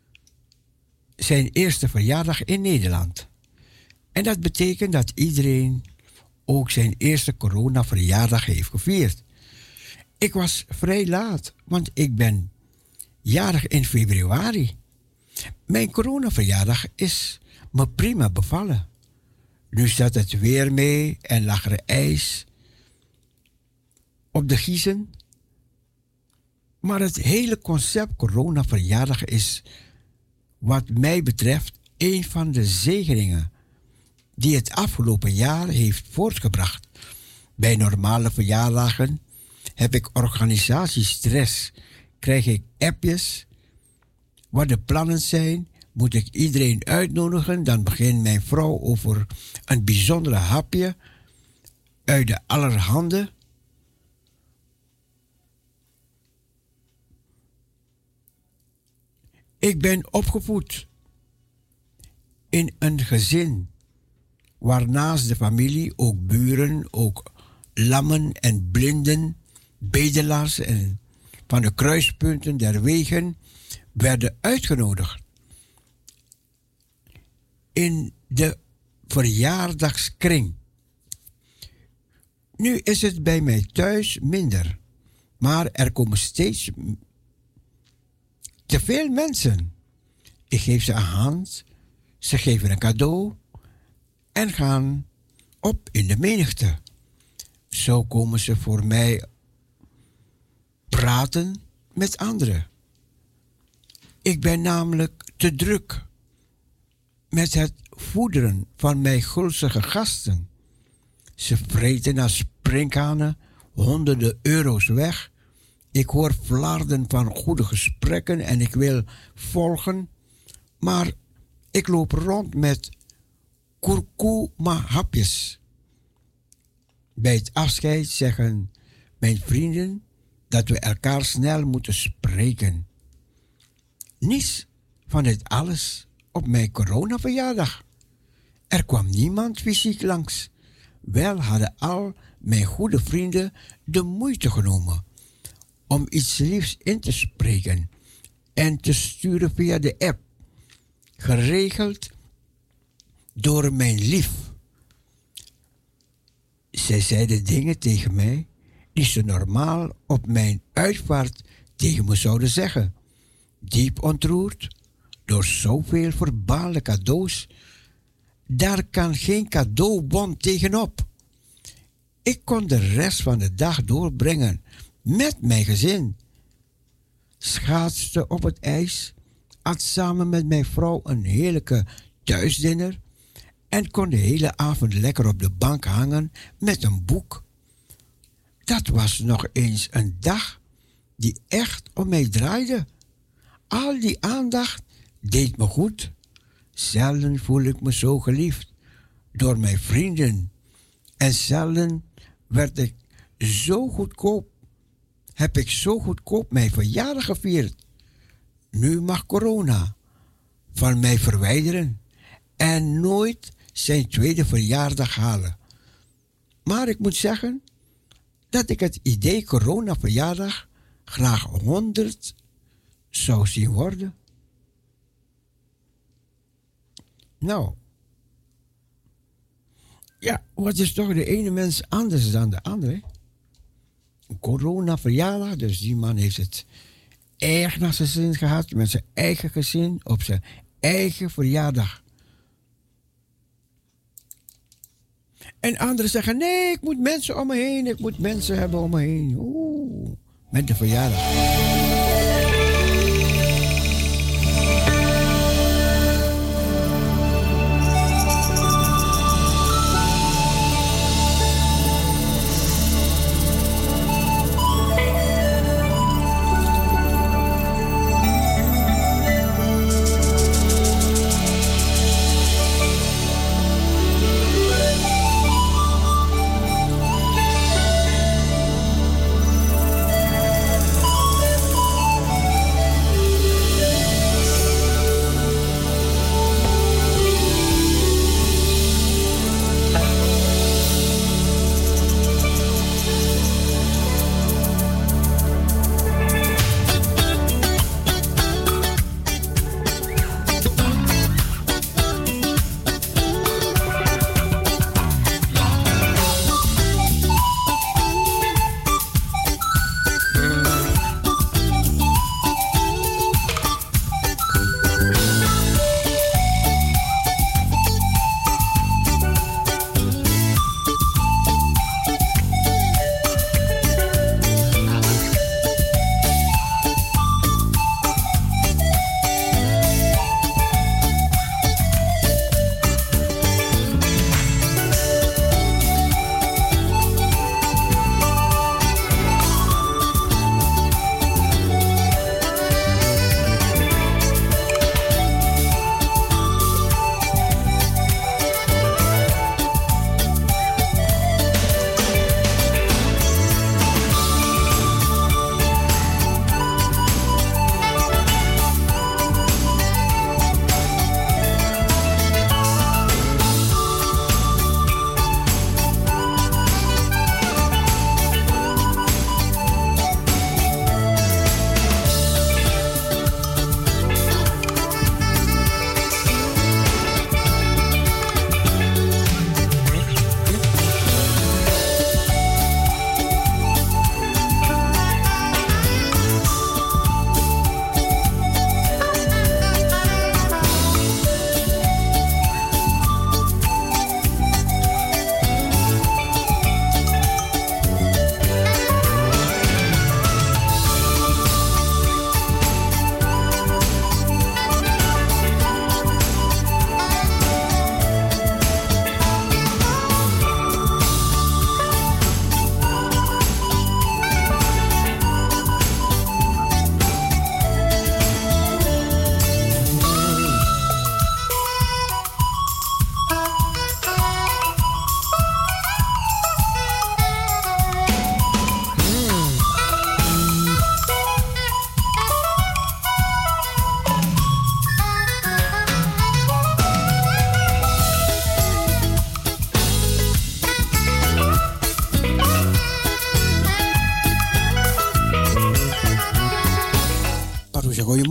zijn eerste verjaardag in Nederland. En dat betekent dat iedereen ook zijn eerste corona-verjaardag heeft gevierd. Ik was vrij laat, want ik ben jarig in februari. Mijn corona-verjaardag is me prima bevallen. Nu staat het weer mee en lag er ijs op de Giezen. Maar het hele concept corona-verjaardag is wat mij betreft een van de zegeningen die het afgelopen jaar heeft voortgebracht. Bij normale verjaardagen heb ik organisatiestress, krijg ik appjes wat de plannen zijn, moet ik iedereen uitnodigen, dan begint mijn vrouw over een bijzondere hapje uit de allerhande. Ik ben opgevoed in een gezin waarnaast de familie, ook buren, ook lammen en blinden, bedelaars en van de kruispunten der wegen werden uitgenodigd in de verjaardagskring. Nu is het bij mij thuis minder, maar er komen steeds te veel mensen. Ik geef ze een hand, ze geven een cadeau en gaan op in de menigte. Zo komen ze voor mij praten met anderen. Ik ben namelijk te druk met het voederen van mijn gulzige gasten. Ze vreten als sprinkhanen honderden euro's weg. Ik hoor flarden van goede gesprekken en ik wil volgen, maar ik loop rond met kurkuma-hapjes. Bij het afscheid zeggen mijn vrienden dat we elkaar snel moeten spreken. Niets van dit alles op mijn coronaverjaardag. Er kwam niemand fysiek langs. Wel hadden al mijn goede vrienden de moeite genomen om iets liefs in te spreken en te sturen via de app. Geregeld door mijn lief. Zij zeiden dingen tegen mij die ze normaal op mijn uitvaart tegen me zouden zeggen. Diep ontroerd door zoveel verbale cadeaus. Daar kan geen cadeaubon tegenop. Ik kon de rest van de dag doorbrengen met mijn gezin. Schaatste op het ijs, at samen met mijn vrouw een heerlijke thuisdinner en kon de hele avond lekker op de bank hangen met een boek. Dat was nog eens een dag die echt om mij draaide. Al die aandacht deed me goed. Zelden voel ik me zo geliefd door mijn vrienden. En zelden heb ik zo goedkoop mijn verjaardag gevierd. Nu mag corona van mij verwijderen en nooit zijn tweede verjaardag halen. Maar ik moet zeggen dat ik het idee corona-verjaardag graag 100 zou zien worden. Nou, ja, wat is toch de ene mens anders dan de andere? Corona-verjaardag, dus die man heeft het erg naar zijn zin gehad, met zijn eigen gezin, op zijn eigen verjaardag. En anderen zeggen, nee, ik moet mensen om me heen, ik moet mensen hebben om me heen. Oeh, met de verjaardag.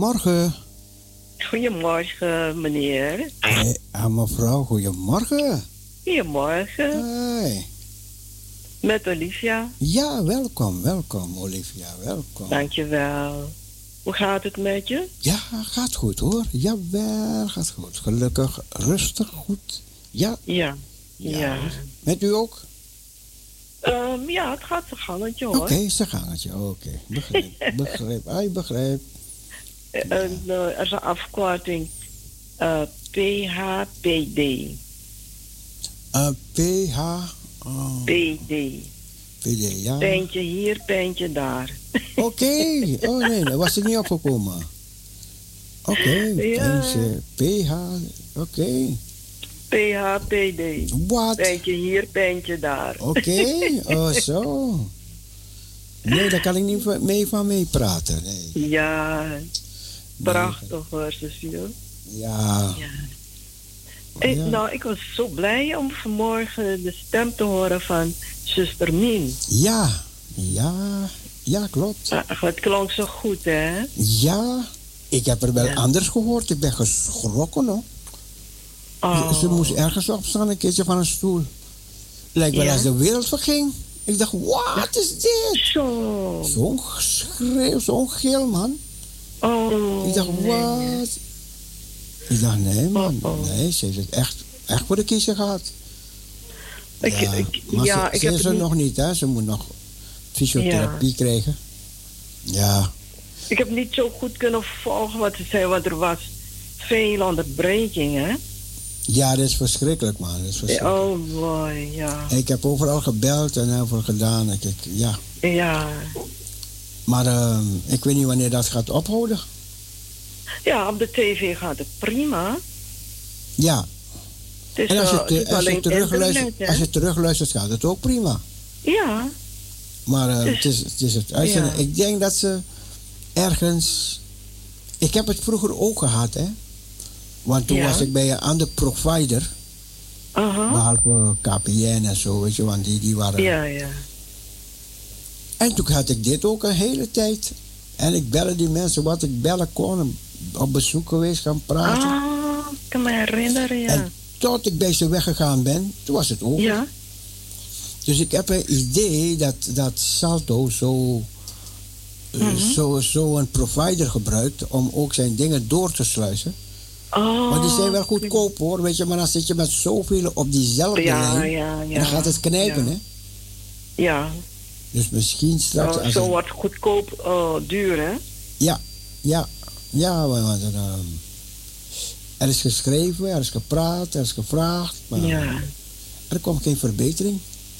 goedemorgen. Goedemorgen, meneer. Mevrouw, goedemorgen. Goedemorgen. Hey. Met Olivia. Ja, welkom, Olivia, welkom. Dankjewel. Hoe gaat het met je? Ja, gaat goed hoor. Jawel, gaat goed. Gelukkig, rustig, goed. Ja. Ja. Met u ook? Ja, het gaat zijn gangetje hoor. Oké, zijn gangetje. Oké. Begrijp. Er is een afkorting. PHPD. PD. PD, ja. Pijntje hier, pijntje daar. Oké. Oh nee, dat was er niet opgekomen. Oké, Ja. PH, oké. PHPD. Wat? Pijntje hier, pijntje daar. Oké, oh zo. Nee, daar kan ik niet mee praten. Nee. Ja, prachtig hoor, Cecile. Ja. Ja. Nou, ik was zo blij om vanmorgen de stem te horen van zuster Mien. Ja, klopt. Het klonk zo goed, hè? Ja, ik heb er wel anders gehoord. Ik ben geschrokken, hoor. Oh. Ze moest ergens opstaan, een keertje van een stoel. Lijkt wel als de wereld verging. Ik dacht, wat is dit? Zo'n schreeuw, zo'n gil, man. Oh. Ik dacht, wat? Ik dacht, nee, man. Nee, ze heeft het echt voor de kiezer gehad. Maar ze is er nog niet, hè. Ze moet nog fysiotherapie krijgen. Ja. Ik heb niet zo goed kunnen volgen wat ze zei, want er was veel onderbreking, hè? Ja, dat is verschrikkelijk, man. Dat is verschrikkelijk. Oh, boy, ja. Ik heb overal gebeld en heel veel gedaan. Ja. Ja. Maar ik weet niet wanneer dat gaat ophouden. Ja, op de tv gaat het prima. Ja. Dus, en als je terugluistert, gaat het ook prima. Ja. Maar het is het uitzenden. Ja. Ik denk dat ze ergens... Ik heb het vroeger ook gehad, hè. Want toen was ik bij een andere provider. Behalve KPN en zo, weet je, want die waren... Ja. En toen had ik dit ook een hele tijd. En ik belde die mensen wat ik bellen kon. Op bezoek geweest, gaan praten. Ik kan me herinneren, ja. En tot ik bij ze weggegaan ben, toen was het over. Ja. Dus ik heb een idee dat Salto zo een provider gebruikt om ook zijn dingen door te sluizen. Maar die zijn wel goedkoop hoor, weet je, maar dan zit je met zoveel op diezelfde lijn. En dan gaat het knijpen, hè? Ja. Dus misschien straks... zo wordt goedkoop duur, hè? Ja, want er is geschreven, er is gepraat, er is gevraagd, maar er komt geen verbetering.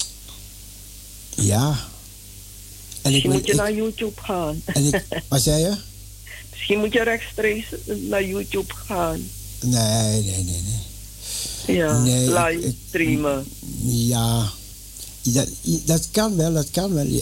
Ja. En misschien moet je naar YouTube gaan. Wat zei je? Misschien moet je rechtstreeks naar YouTube gaan. Nee. Ja, live streamen. Ja, dat kan wel. Je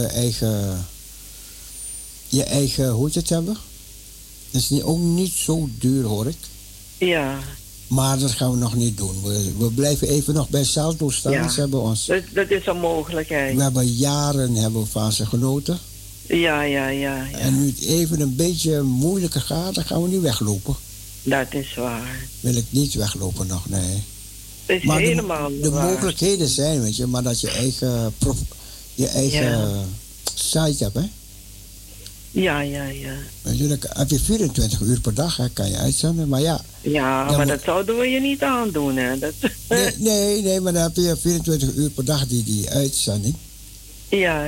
eigen, hoe je het hebben. Dat is ook niet zo duur, hoor ik. Ja. Maar dat gaan we nog niet doen. We blijven even nog bij Salto staan. Ja. Ze hebben ons, dat is een mogelijkheid. We hebben jaren van ze genoten. Ja. En nu het even een beetje moeilijker gaat, dan gaan we niet weglopen. Dat is waar. Wil ik niet weglopen nog, nee. Dat is maar helemaal de waar. mogelijkheden zijn, weet je, maar dat je eigen site hebt, hè? Ja. Natuurlijk heb je 24 uur per dag, hè, kan je uitzenden, maar ja. Ja, maar dat zouden we je niet aandoen, hè? Nee, maar dan heb je 24 uur per dag die uitzending. Ja.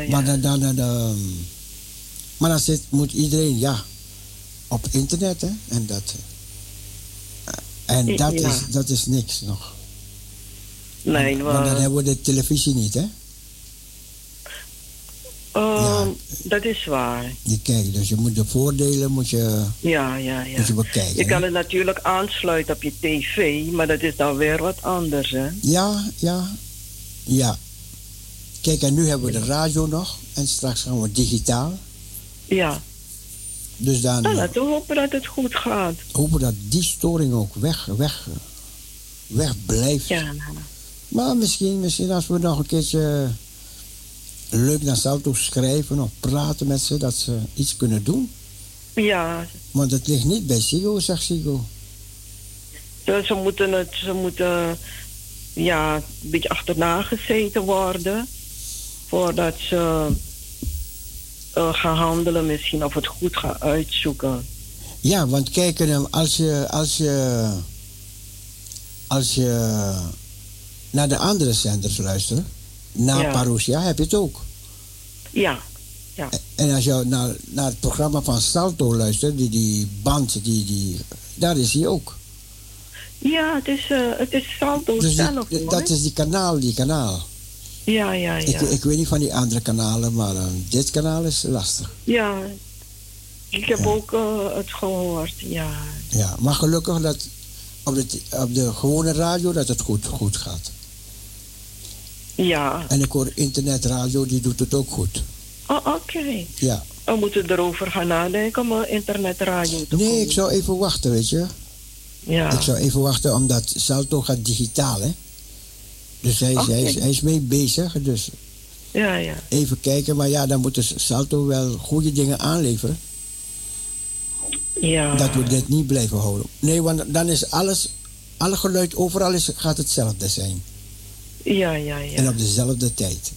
Maar dan moet iedereen, op internet, hè? En dat is niks nog. Nee, want dan hebben we de televisie niet, hè? Dat is waar. Je kijkt, dus je moet de voordelen moet je bekijken. Je kan het natuurlijk aansluiten op je tv, maar dat is dan weer wat anders, hè? Ja. Kijk, en nu hebben we de radio nog en straks gaan we digitaal. Ja. Dus dan... laten we hopen dat het goed gaat. Hopen dat die storing ook weg blijft. Ja. Maar misschien als we nog een keertje leuk naar Salto schrijven of praten met ze, dat ze iets kunnen doen. Ja, Want het ligt niet bij Sigo, zegt Sigo. ze moeten ja, een beetje achterna gezeten worden. Voordat ze gaan handelen misschien. Of het goed gaan uitzoeken. Ja, want kijk, als je naar de andere zenders luistert, naar Ja. Parousia heb je het ook. Ja, ja. En als je naar het programma van Salto luistert, die band, daar is hij ook. Ja, het is Salto Dus zelf, hoor. dat is die kanaal. Ja. Ik weet niet van die andere kanalen, maar dit kanaal is lastig. Ja, ik heb ook het gehoord, ja. Ja, maar gelukkig dat op de gewone radio dat het goed gaat. Ja, En ik hoor internetradio, die doet het ook goed. oh, oké. Ja. We moeten erover gaan nadenken om een internetradio te Nee, kopen. ik zou even wachten, weet je. Ja, Ik zou even wachten, omdat Salto gaat digitaal, hè. Dus hij is mee bezig, dus ja. even kijken. Maar ja, dan moet Salto wel goede dingen aanleveren. Ja. Dat we dit niet blijven houden. Nee, want dan is alle geluid overal gaat hetzelfde zijn. Ja. En op dezelfde tijd.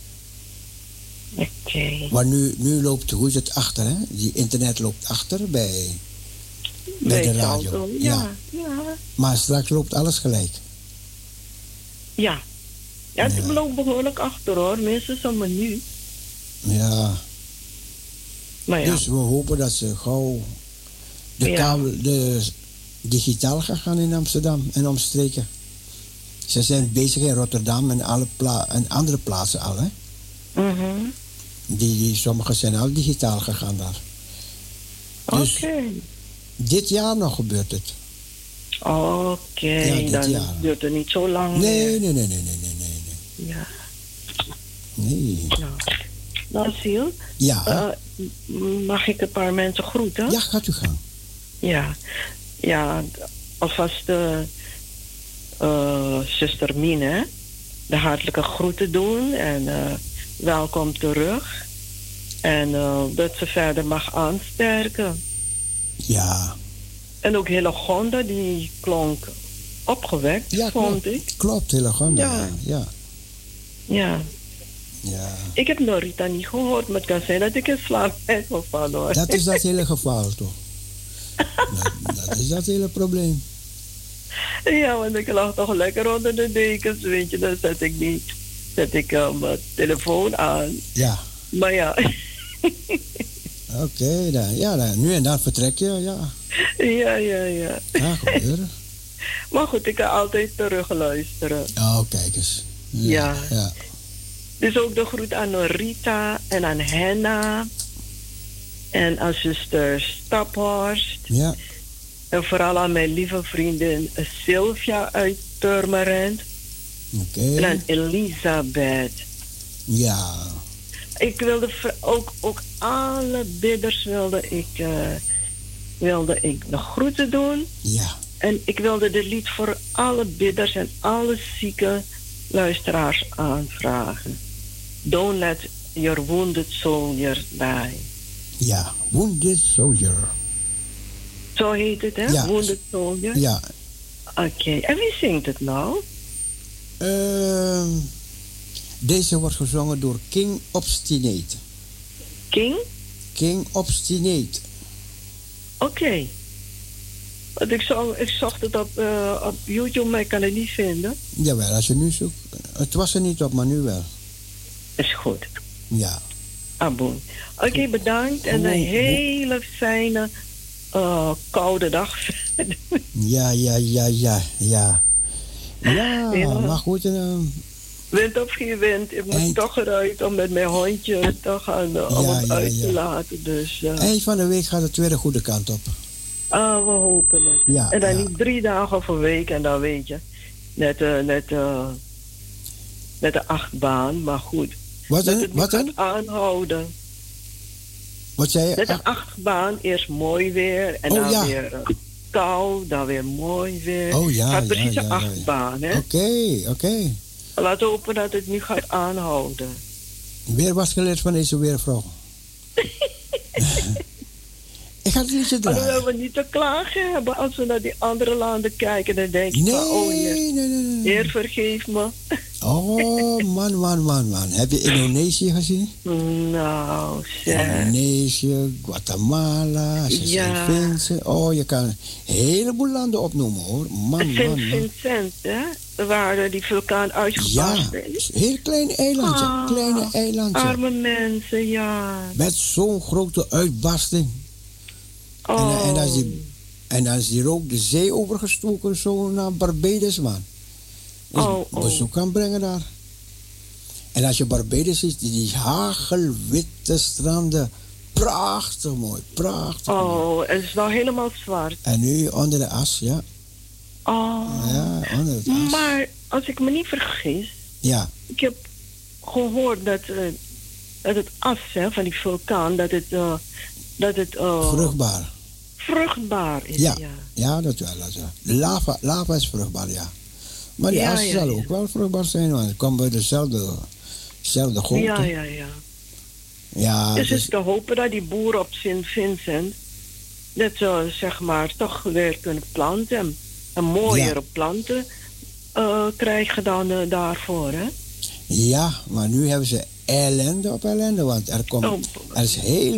Oké. Maar nu loopt, hoe is het achter, hè? Die internet loopt achter bij de radio. Salto, Ja. ja. Maar straks loopt alles gelijk. Ja, het loopt behoorlijk achter, hoor. Minstens een minuut. Ja. Maar ja, Dus we hopen dat ze gauw de digitaal gaan in Amsterdam en omstreken. Ze zijn bezig in Rotterdam en andere plaatsen al, hè? mhm. Sommigen zijn al digitaal gegaan daar. Dus Oké. dit jaar nog gebeurt het. Oké, Ja, dit dan jaar. duurt het niet zo lang Nee. meer. Ja. Nee. Nou, Siel, Ja, mag ik een paar mensen groeten? ja, gaat u gang. Ja, alvast zuster Mine, de hartelijke groeten doen en welkom terug. En dat ze verder mag aansterken. Ja. En ook Hillegonda, die klonk opgewekt, Ja, vond ik. klopt, Hillegonda. Ja. Ja. Ik heb Norita niet gehoord, maar het kan zijn dat ik in slaap ben gevallen, hoor. Dat is dat hele geval, toch? Dat is dat hele probleem. Ja, want ik lag toch lekker onder de dekens, weet je. Dan zet ik mijn telefoon aan. Ja. Maar ja. Oké, dan nu en dan vertrek je, ja. Ja. Ja, gebeuren. Maar goed, ik kan altijd terug luisteren. Oh, kijk eens. Ja. Ja. Dus ook de groet aan Norita en aan Henna. En aan zuster Staphorst. Ja. En vooral aan mijn lieve vriendin Sylvia uit Purmerend. Oké. En aan Elisabeth. Ja. Ik wilde ook alle bidders wilde ik de groeten doen. Ja. En ik wilde dit lied voor alle bidders en alle zieke luisteraars aanvragen. Don't let your wounded soldier die. Ja, Wounded Soldier. Zo heet het, hè? Ja. Wounded soldier. Ja. Oké. En wie zingt het nou? Deze wordt gezongen door King Obstinate. King? King Obstinate. Oké. Want ik zocht het op YouTube, maar ik kan het niet vinden. Jawel, als je nu zoekt. Het was er niet op, maar nu wel. Is goed. Ja. Aboen. Oké, bedankt. En een hele fijne koude dag. Ja. Ja, Ja. maar goed. Wind of geen wind. Ik moet toch eruit om met mijn hondje te gaan om hem uit te laten. Dus, eind van de week gaat het weer de goede kant op. we hopen het. Ja, en dan ja. niet 3 dagen of een week en dan weet je. Net de 8-baan, maar goed. Wat dat dan? het Wat niet dan? gaat aanhouden. Wat zei je? Net de 8-baan, eerst mooi weer en dan weer kou, dan weer mooi weer. Oh ja, gaat precies ja. de 8-baan, hè? Oké. Laten we hopen dat het nu gaat aanhouden. Weer was geleerd van deze weervrouw. Ik ga het liedje draaien. Alhoewel we niet te klagen hebben als we naar die andere landen kijken. Dan denk ik van, oh Nee. Heer, vergeef me. Oh, man. Heb je Indonesië gezien? Nou, zeg. Indonesië, Guatemala, Sint Vincent. Oh, je kan een heleboel landen opnoemen, hoor. Man. Sint Vincent, hè? Waar die vulkaan uitgebarsten is. Heel klein eilandje. Kleine eilandje. Arme mensen, ja. Met zo'n grote uitbarsting. Oh. En dan is die rook de zee overgestoken, zo naar Barbados, man. Dus bezoek kan brengen daar. En als je Barbados ziet, die hagelwitte stranden. Prachtig mooi, prachtig mooi. Het is nou helemaal zwart. En nu onder de as, ja. Oh. Ja, onder het as. Maar als ik me niet vergis, ja. Ik heb gehoord dat het as van die vulkaan, dat het vruchtbaar is. Ja, dat wel. De lava is vruchtbaar, ja. Maar die as zal ook wel vruchtbaar zijn, want het komt bij dezelfde grootte. Ja, dus het is te hopen dat die boeren op Sint Vincent dat ze zeg maar toch weer kunnen planten en mooiere planten krijgen dan daarvoor, hè? Ja, maar nu hebben ze ellende op ellende, want er is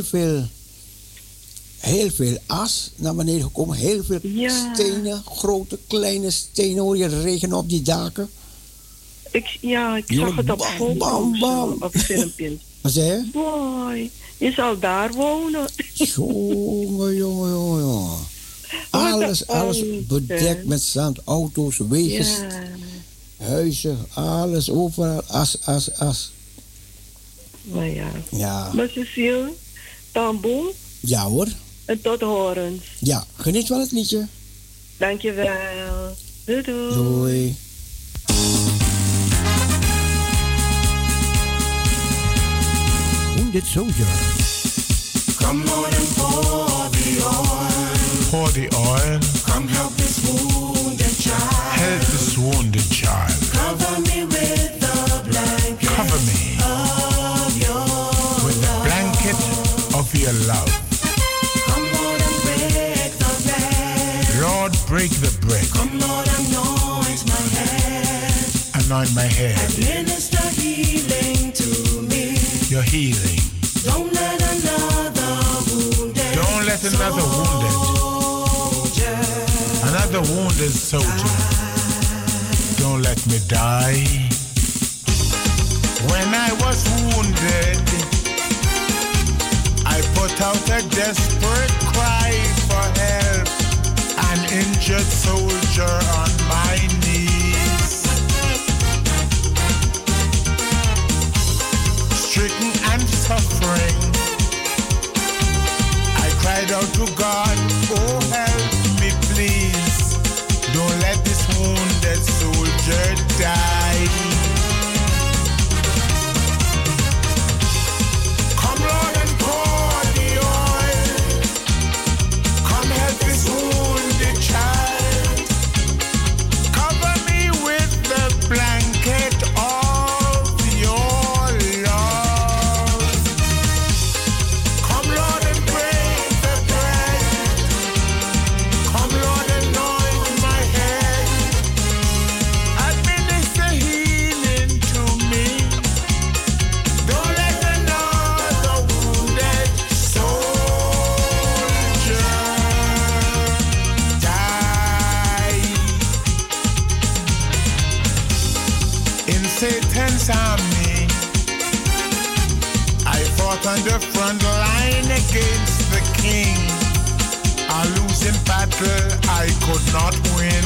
heel veel as naar beneden gekomen. Heel veel stenen, grote, kleine stenen, hoor je regenen op die daken. Ik zag het op foto's, op filmpjes. Wat zei je? Boy, je zal daar wonen. Jongen. Alles bedekt met zand, auto's, wegen, huizen, alles, overal, as. Maar ja. Maar Cecile, Tamboe. Ja hoor. En tot horens. Ja, geniet van het liedje. Dankjewel. Doei. Doei. Wounded soldier. Come Lord and pour the oil. Pour the oil. Come help this wounded child. Help this wounded child. Cover me with the blanket. Cover me of your with the blanket of your love. Come Lord and break the bread. Lord, break the bread. Come Lord, anoint my head. Anoint my head. Administer healing to me. Your healing. Don't let another wounded soldier. Don't let me die. When I was wounded, I put out a desperate cry for help. An injured soldier on my knees, stricken and suffering. I cried out to God, oh help me please. Don't let this wounded soldier die. Come Lord and pour the oil. Come help this wounded child. Cover me with the blanket of your love. Come Lord and break the bread. Come Lord and anoint my head. Administer healing to me. Don't let another wounded soldier die. In Satan's army, I fought on the front line against the king. A losing battle I could not win.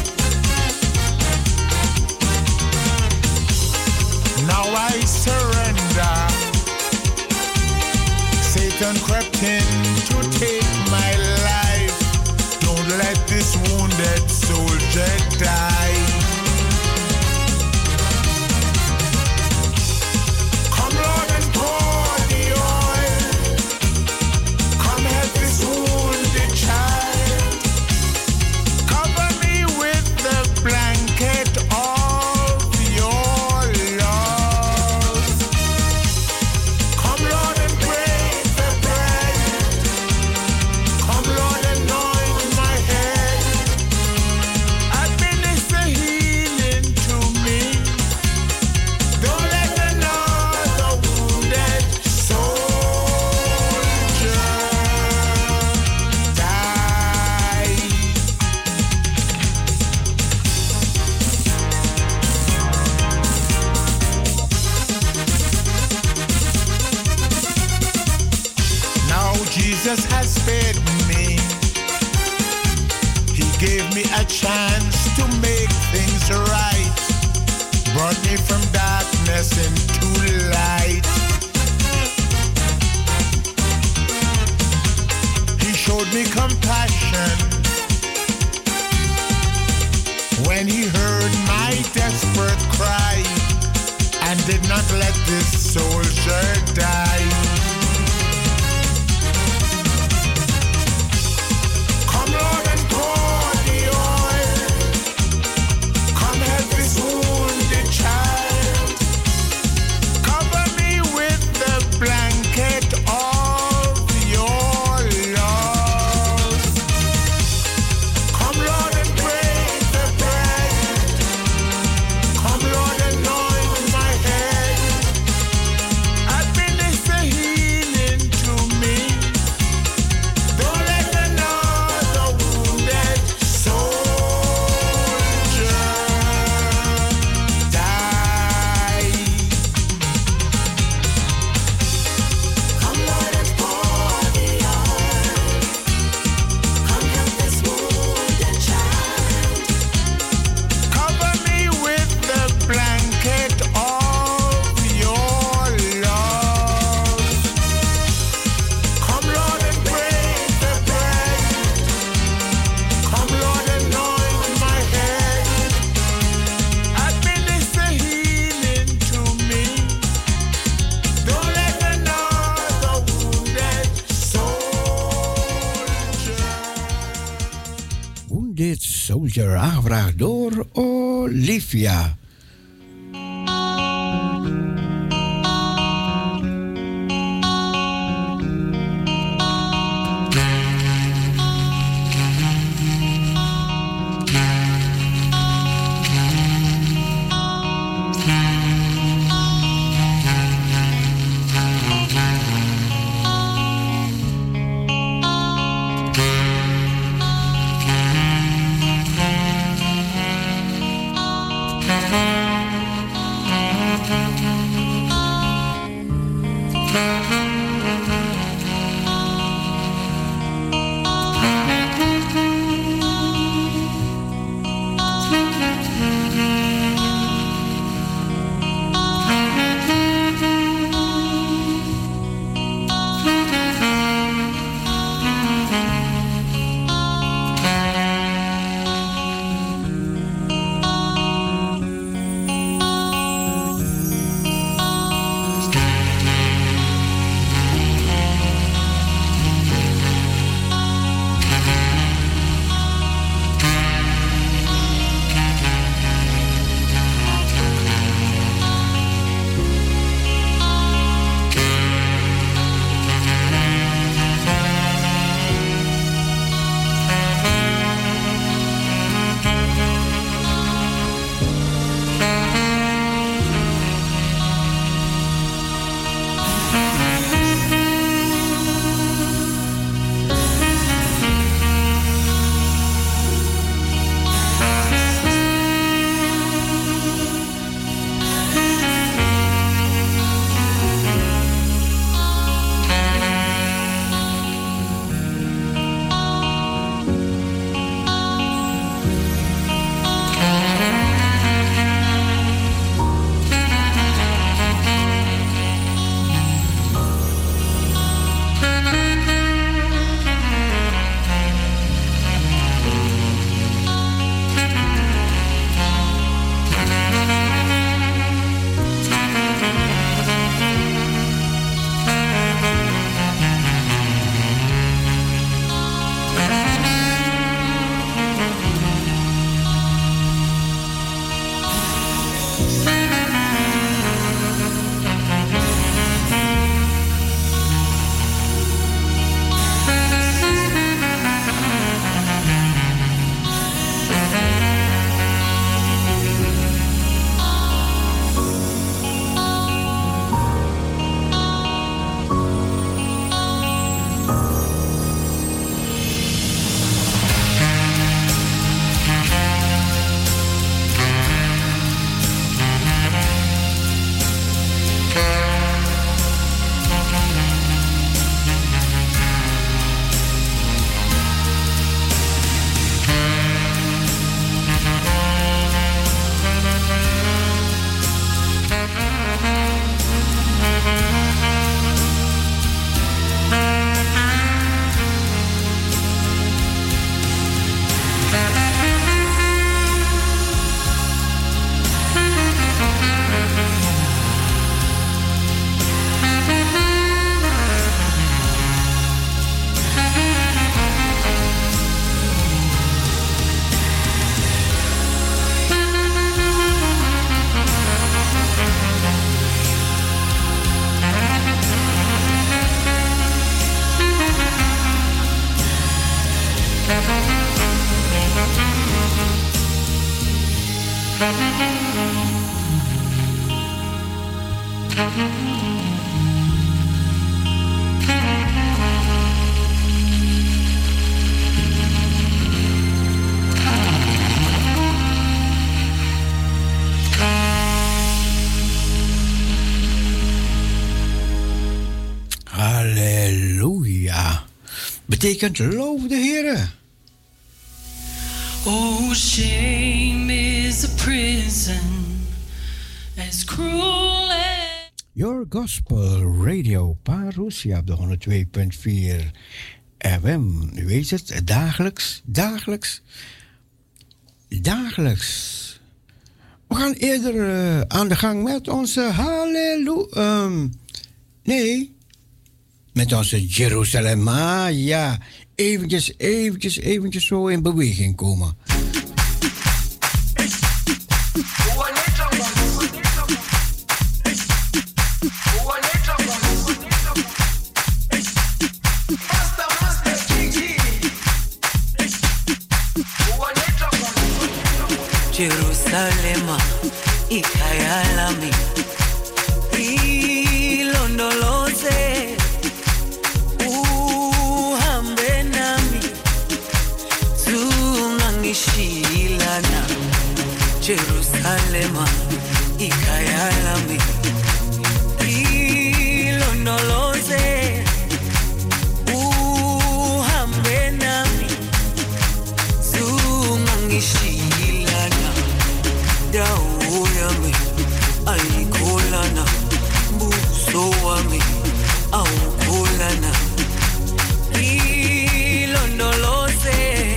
Now I surrender. Satan crept in to take my life. Don't let this wounded soldier die. Come Lord and pour the oil. Come help this wounded child. Cover me with the blanket of your love. Come Lord and break the bread. Jesus has spared me. He gave me a chance to make things right. Brought me from darkness into light. He showed me compassion when he heard my desperate cry and did not let this soldier die. Come Lord and pour the oil. Come help this wounded child. Cover me with the blanket of your love. Come Lord and break the bread. Come Lord and anoint my head. Administer healing to me. Don't let another wounded soldier die. Come Lord and pour the oil. Come help this wounded child. Cover me with the blanket of your love. Come Lord and break the bread. Come Lord and anoint my head. Administer healing to me. Don't let another wounded soldier. Wounded Soldier, aangevraagd door Olivia. Come Halleluja. Betekent loof de Heere. Oh, shame is a prison as cruel as... Your Gospel Radio Parousia op de 102.4 FM. U weet het, dagelijks. We gaan eerder aan de gang met onze halleluja. Met onze Jeruzalem. Ja, eventjes zo in beweging komen. Jerusalema, ikayalami, ilondoloze, uhambe nami, zungangishilana. Jerusalema, ikayalami, ilondoloze, uhambe nami, zungangishilana. Dawo yami ayikholana, buso wami awukholana. Ilondoloze,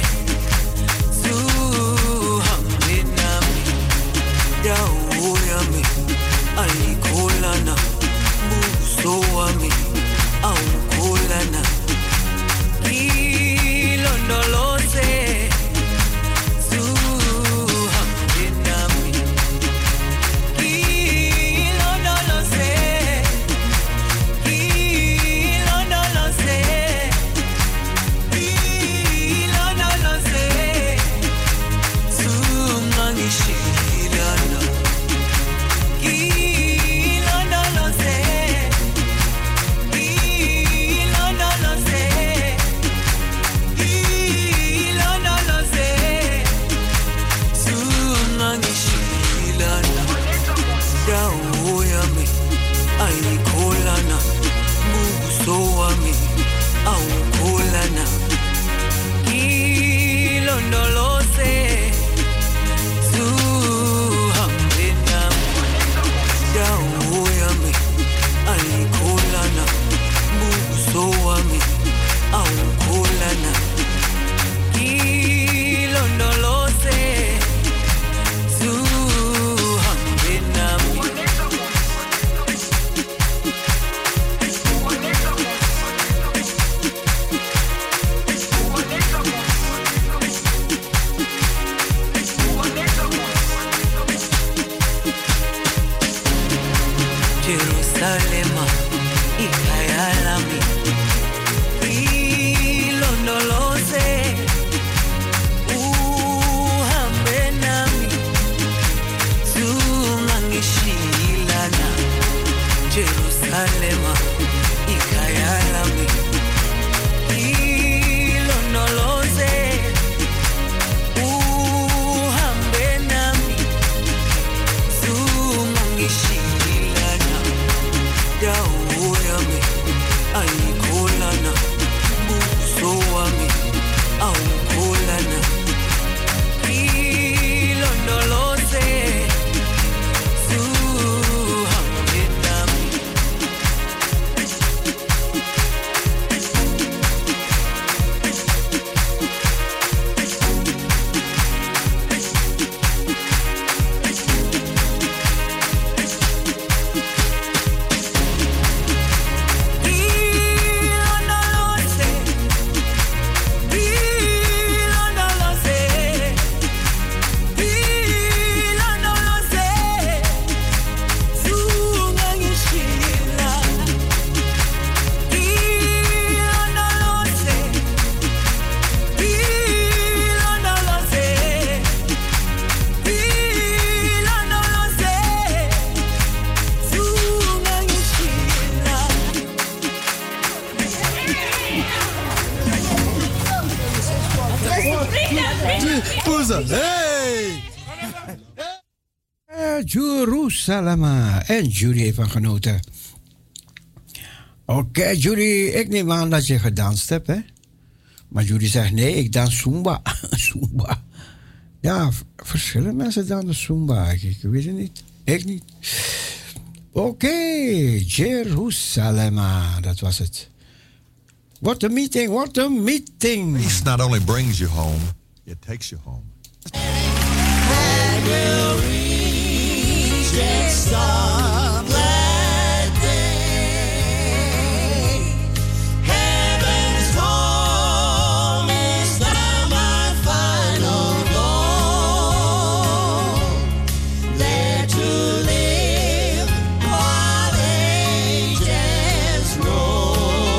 zuhambe nami. Dawo yami ayikholana, buso wami awukholana. Ilondoloze. ze. Hey! Jeruzalem. En Judy heeft van genoten. Oké, Judy, ik neem aan dat je gedanst hebt, hè? Maar Judy zegt, nee, ik dans Zumba. Zumba. Ja, verschillende mensen dansen Zumba. Ik weet het niet. Ik niet. Oké, Jeruzalem. Dat was het. What a meeting, what a meeting. Peace not only brings you home, it takes you home. I will reach some glad day. Heaven's home is now my final goal. There to live while ages roll.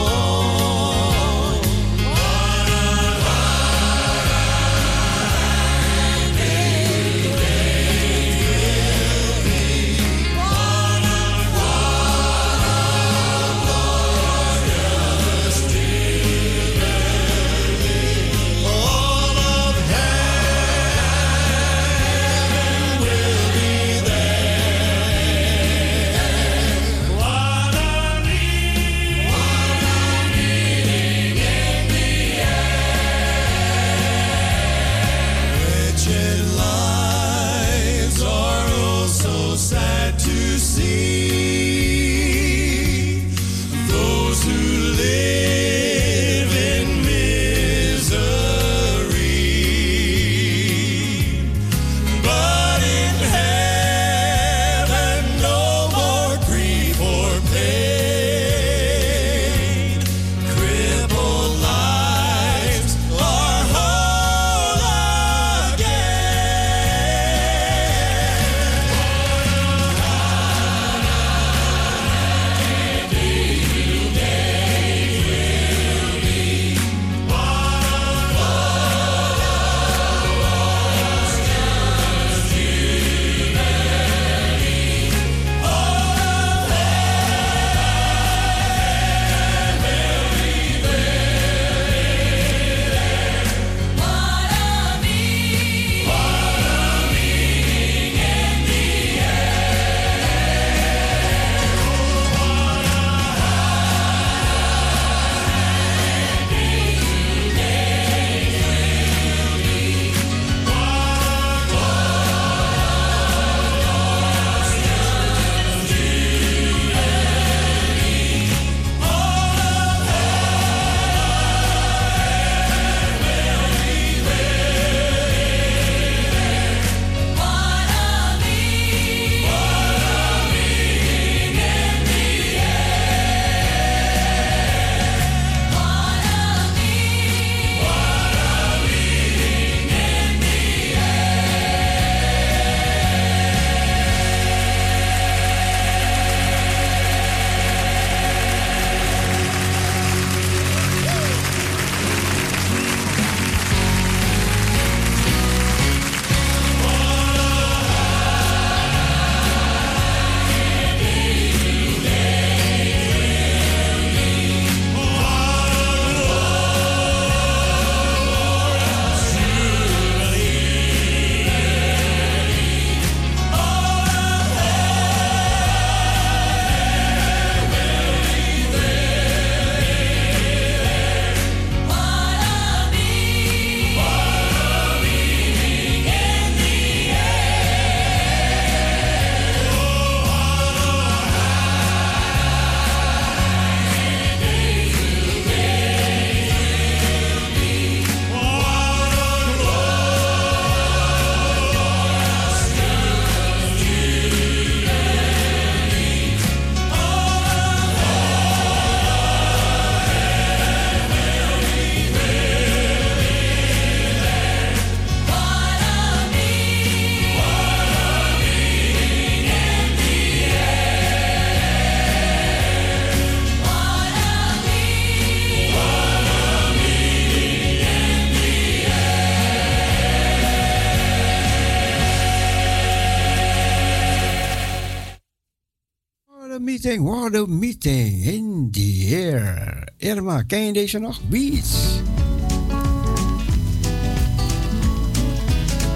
meeting, what a meeting in the air. Irma, ken je deze nog? Beats.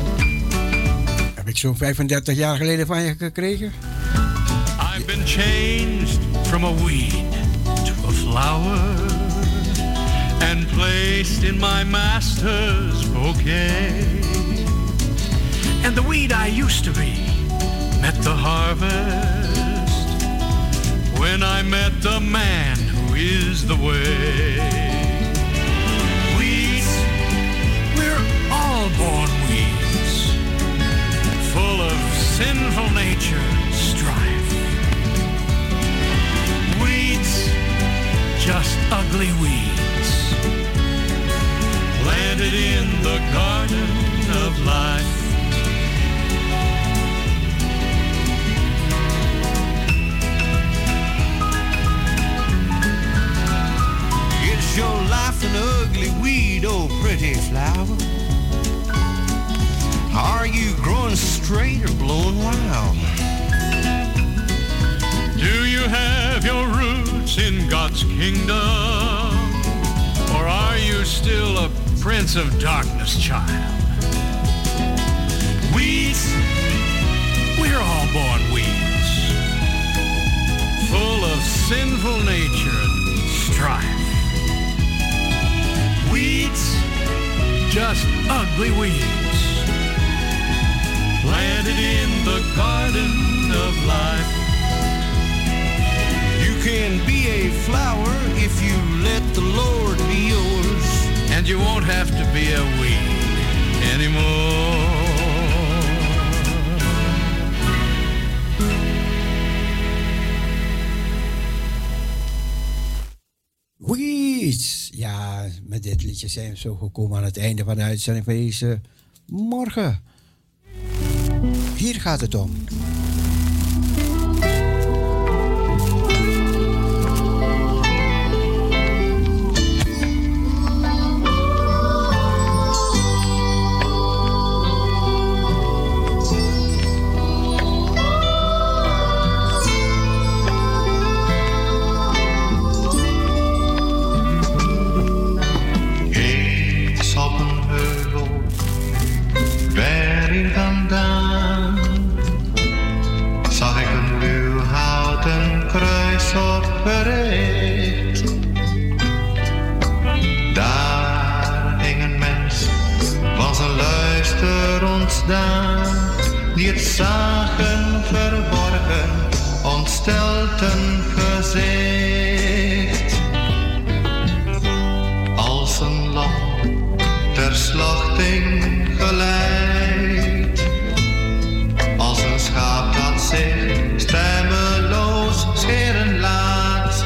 ik zo'n 35 jaar geleden van je gekregen. I've been changed from a weed to a flower and placed in my master's bouquet. And the weed I used to be met the harvest when I met the man who is the way. Weeds, we're all born weeds, full of sinful nature and strife. Weeds, just ugly weeds, planted in the garden of life. Is your life an ugly weed, oh pretty flower? Are you growing straight or blowing wild? Do you have your roots in God's kingdom? Or are you still a prince of darkness child? Weeds, we're all born weeds, full of sinful nature and strife. Weeds, just ugly weeds, planted in the garden of life. You can be a flower if you let the Lord be yours, and you won't have to be a weed anymore. Weeds. Ja, met dit liedje zijn we zo gekomen aan het einde van de uitzending van deze morgen. Hier gaat het om. Die het zagen verborgen, ontsteld een gezicht. Als een lam ter slachting geleid, als een schaap dat zich stemmeloos scheren laat.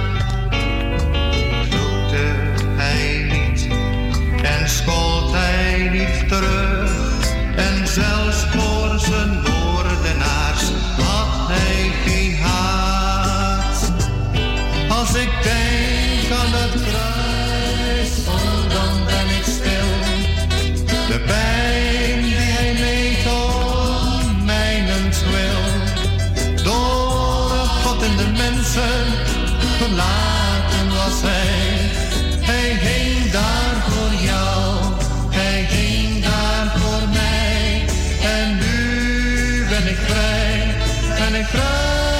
Vloekte hij niet en schold hij niet terug. En zelfs voor zijn moordenaars had hij geen haat. Als ik denk aan het kruis, oh dan ben ik stil. De pijn die hij leed om mijnentwil. Door God en de mensen verlaten was hij. Hij hing daar voor jou, hij hing daar voor mij. En nu ben ik vrij, ben ik vrij.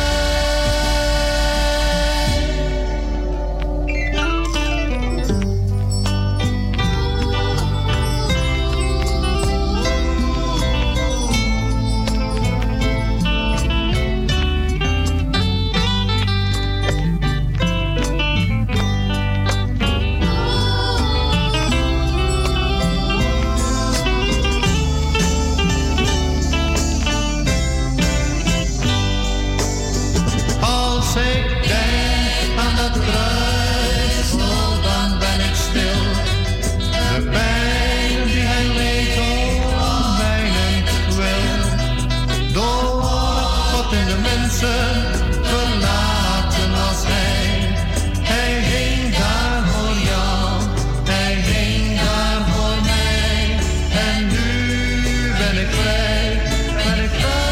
Verlaten was hij, hij hing daar voor jou, hij hing daar voor mij. En nu ben ik vrij, ben ik vrij.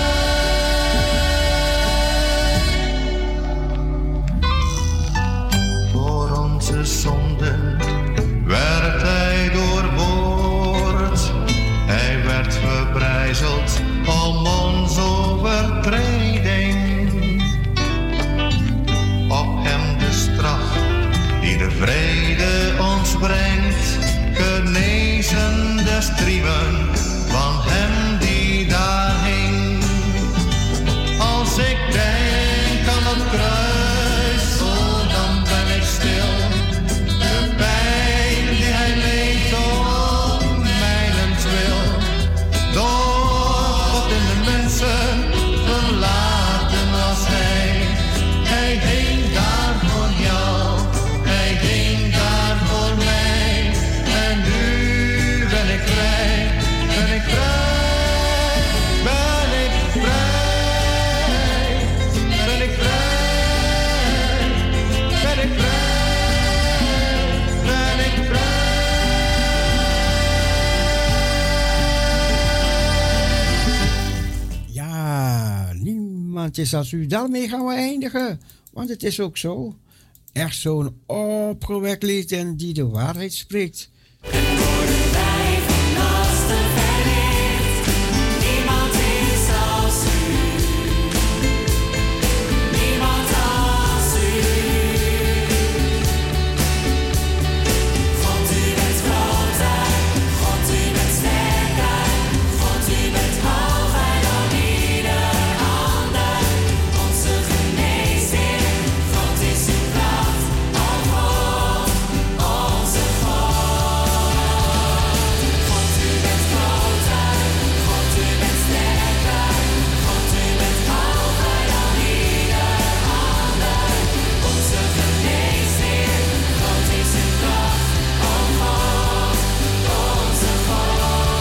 Voor onze zonden werd hij doorboord, hij werd verbrijzeld om ons ik denk aan het kruis, oh, dan ben ik stil. De pijn die hij leed om mijnentwil. Doch wat in de mensen verlaten was hij. Hij hing daar voor jou, hij hing daar voor mij. En nu ben ik vrij, ben ik vrij, ben ik vrij, ben ik vrij, ben ik vrij, ben ik vrij. Ja, niemand is als u. Daarmee gaan we eindigen. Want het is ook zo. Echt zo'n opgewekt lied en die de waarheid spreekt. Niemand is als u. Niemand als u. God, u bent groter. God, u bent sterker. God, u bent hoger dan ieder ander. Onze geneesheer. God is uw kracht. O God, onze God. God, u bent groter. God, u bent sterker. God, u bent hoger dan ieder ander. Onze geneesheer. God is uw kracht. O God, onze God.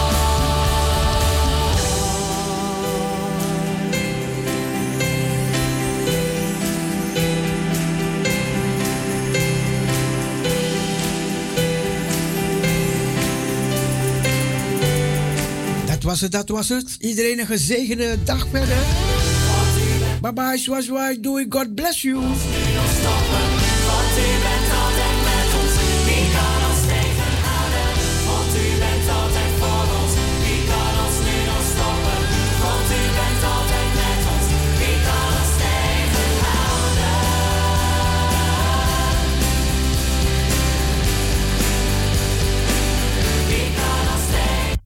Dat was het. Iedereen een gezegende dag verder. Bye bye, zoals wij doen. God bless you. God, u bent